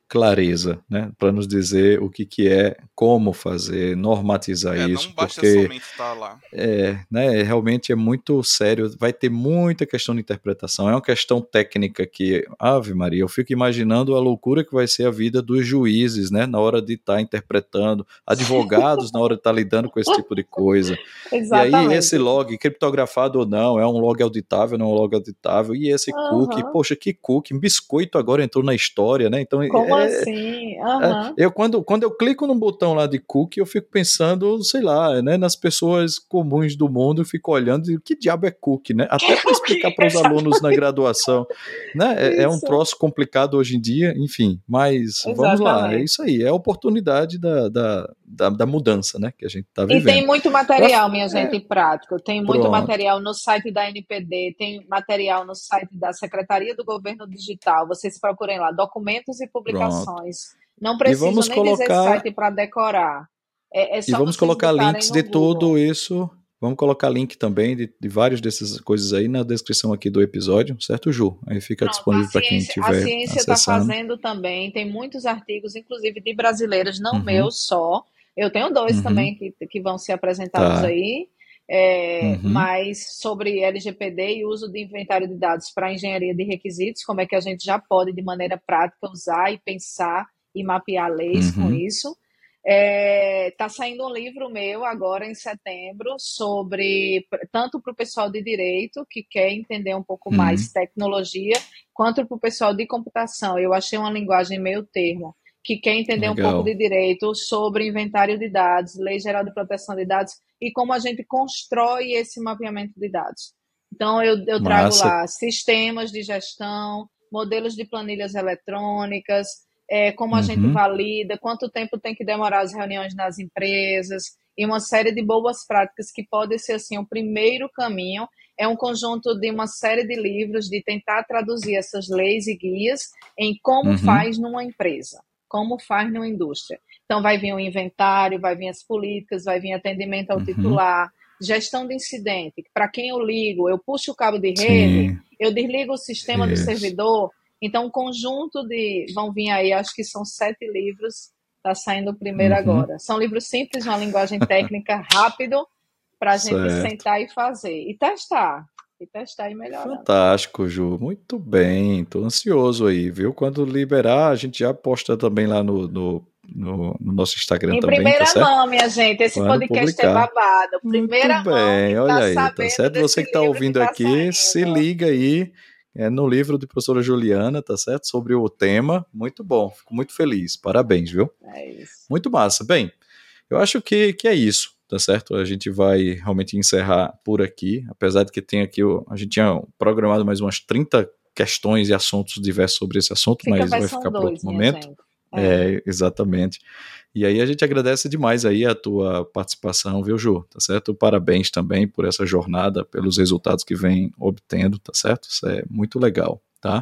clareza, né, para nos dizer o que, que é, como fazer, normatizar É, isso, não basta porque somente estar lá. é, né, realmente é muito sério, vai ter muita questão de interpretação, é uma questão técnica que, Ave Maria, eu fico imaginando a loucura que vai ser a vida dos juízes, né, na hora de estar tá interpretando, advogados na hora de estar tá lidando com esse tipo de coisa. E aí esse Exatamente. log, criptografado ou não, é um log auditável, não é um log auditável, e esse cookie, Aham. poxa, que cookie, biscoito agora entrou na história, né, então Como é, assim? é, Aham. eu quando, quando eu clico no botão lá de cookie, eu fico pensando, sei lá, né, nas pessoas comuns do mundo, eu fico olhando e que diabo é cookie, né? Até para explicar para os alunos na graduação, né? É, é um Isso, troço complicado hoje em dia, enfim, mas vamos lá, é exatamente. isso aí, é a oportunidade da, da, da, da mudança, né, que a gente está E tem vivendo. muito Pra, material, minha é, gente, prático. Tem muito pronto, material no site da N P D, tem material no site da Secretaria do Governo Digital. Vocês procurem lá, documentos e pronto. publicações. Não E precisam vamos nem dizer colocar site para decorar. É, é E só vamos vocês colocar botarem links no de Google. tudo isso. Vamos colocar link também de, de várias dessas coisas aí na descrição aqui do episódio, certo, Ju? Aí fica Pronto, a disponível para quem ciência, a estiver ciência está acessando. fazendo também. Tem muitos artigos, inclusive de brasileiros, não Uhum, meus só. Eu tenho dois uhum, também que, que vão ser apresentados tá. aí, é, Uhum, mas sobre L G P D e uso de inventário de dados para engenharia de requisitos, como é que a gente já pode, de maneira prática, usar e pensar e mapear leis com uhum, isso. Está é, saindo um livro meu agora em setembro sobre tanto para o pessoal de direito que quer entender um pouco mais uhum. tecnologia, quanto para o pessoal de computação. Eu achei uma linguagem meio termo, que quer entender um pouco de Legal. direito sobre inventário de dados, Lei Geral de Proteção de Dados e como a gente constrói esse mapeamento de dados. Então, eu, eu trago Massa. lá sistemas de gestão, modelos de planilhas eletrônicas, é, como a gente Uhum, valida, quanto tempo tem que demorar as reuniões nas empresas, e uma série de boas práticas que pode ser assim o primeiro caminho. É um conjunto de uma série de livros de tentar traduzir essas leis e guias em como uhum, faz numa empresa, como faz numa indústria. Então vai vir o inventário, vai vir as políticas, vai vir atendimento ao uhum. titular, gestão de incidente, para quem eu ligo, eu puxo o cabo de rede, Sim, eu desligo o sistema do isso. servidor. Então, um conjunto de. Vão vir aí, acho que são sete livros, está saindo o primeiro Uhum. agora. São livros simples, uma linguagem técnica rápido, para a gente Certo. sentar e fazer. E testar. E testar e melhorar. Fantástico, Ju. Muito bem. Tô ansioso aí, viu? Quando liberar, a gente já posta também lá no, no, no, no nosso Instagram Em também, tá primeira certo? mão, minha gente, esse Quando podcast é publicar. babado. Muito Primeira mão que bem, está olha aí, tá sabendo certo? Você desse que está livro que ouvindo está aqui, se saindo. liga aí é, no livro de professora Juliana, tá certo? Sobre o tema. Muito bom, fico muito feliz. Parabéns, viu? É isso. Muito massa. Bem, eu acho que, que é isso, tá certo? A gente vai realmente encerrar por aqui, apesar de que tem aqui, a gente tinha programado mais umas trinta questões e assuntos diversos sobre esse assunto, Fica mas vai versão ficar para outro dois, minha momento. gente. É. É, exatamente. E aí a gente agradece demais aí a tua participação, viu, Ju? Tá certo? Parabéns também por essa jornada, pelos resultados que vem obtendo, tá certo? Isso é muito legal, tá?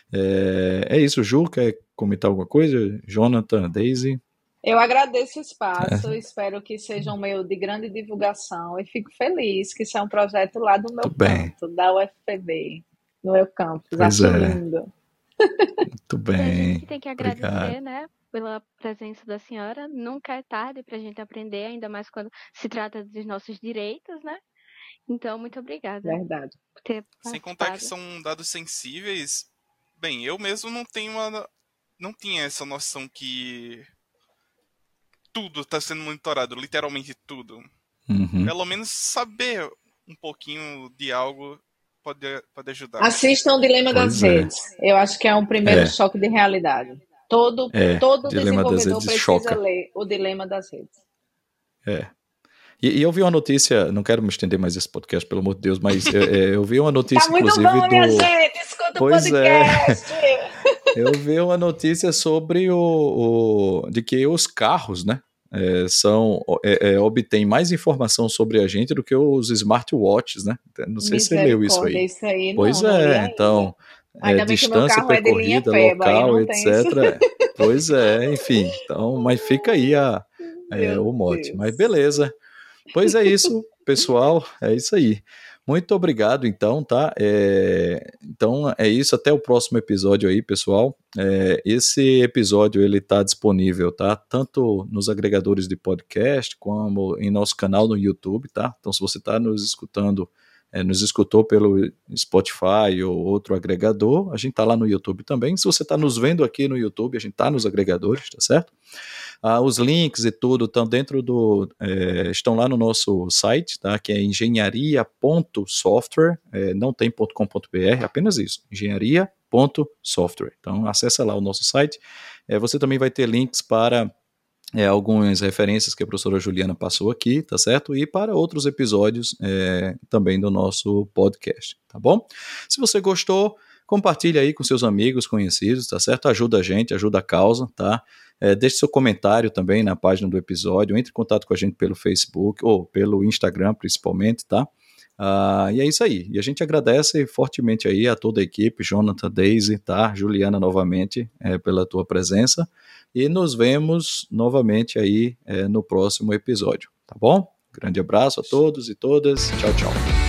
É, é isso, Ju, quer comentar alguma coisa? Jonathan, Daisy? Eu agradeço o espaço, É, espero que seja um meio de grande divulgação e fico feliz que isso é um projeto lá do meu tudo bem. canto, da U F P B, no meu campus. Pois Acho é, lindo. muito E a gente que bem. tem que Obrigado. agradecer, né, pela presença da senhora. Nunca é tarde para a gente aprender, ainda mais quando se trata dos nossos direitos, né? Então, muito obrigada Verdade. por ter Sem contar que participado. são dados sensíveis. Bem, eu mesmo não tenho uma. Não tinha essa noção que tudo está sendo monitorado, literalmente tudo. Uhum. Pelo menos saber um pouquinho de algo pode, pode ajudar. Assistam o Dilema das Pois é, Redes. Eu acho que é um primeiro é, choque de realidade. Todo, é. todo Dilema das desenvolvedor redes precisa choca. ler o Dilema das Redes. É. E, e eu vi uma notícia, não quero me estender mais esse podcast, pelo amor de Deus, mas é, é, eu vi uma Tá notícia, muito inclusive, bom, minha do. gente! Escuta o Pois é, podcast! eu vi uma notícia sobre o, o de que os carros, né, é, são é, é, obtêm mais informação sobre a gente do que os smartwatches, né? Não sei se você leu isso Misericórdia, aí. isso aí Pois não, não li é, ainda. então, é, Ainda bem que o meu distância carro é de linha percorrida, Peba, aí local, não tem isso. et cetera. Pois é, enfim. Então, mas fica aí a, é, Meu o mote. Mas Deus. beleza. Pois é isso, pessoal. É isso aí. Muito obrigado, então, tá? É, então é isso, até o próximo episódio aí, pessoal. É, esse episódio, ele tá disponível, tá? Tanto nos agregadores de podcast, como em nosso canal no YouTube, tá? Então, se você tá nos escutando, é, nos escutou pelo Spotify ou outro agregador, a gente tá lá no YouTube também. Se você tá nos vendo aqui no YouTube, a gente tá nos agregadores, tá certo? Ah, os links e tudo estão dentro do, é, estão lá no nosso site, tá? Que é engenharia ponto software, é, não tem .com.br, apenas isso, engenharia ponto software. Então acessa lá o nosso site. É, você também vai ter links para é, algumas referências que a professora Juliana passou aqui, tá certo? E para outros episódios é, também do nosso podcast, tá bom? Se você gostou, compartilhe aí com seus amigos, conhecidos, tá certo? Ajuda a gente, ajuda a causa, tá? É, deixe seu comentário também na página do episódio, entre em contato com a gente pelo Facebook ou pelo Instagram principalmente, tá? Ah, e é isso aí, e a gente agradece fortemente aí a toda a equipe, Jonathan, Daisy, tá? Juliana novamente é, pela tua presença, e nos vemos novamente aí é, no próximo episódio, tá bom? Grande abraço a todos e todas, tchau, tchau.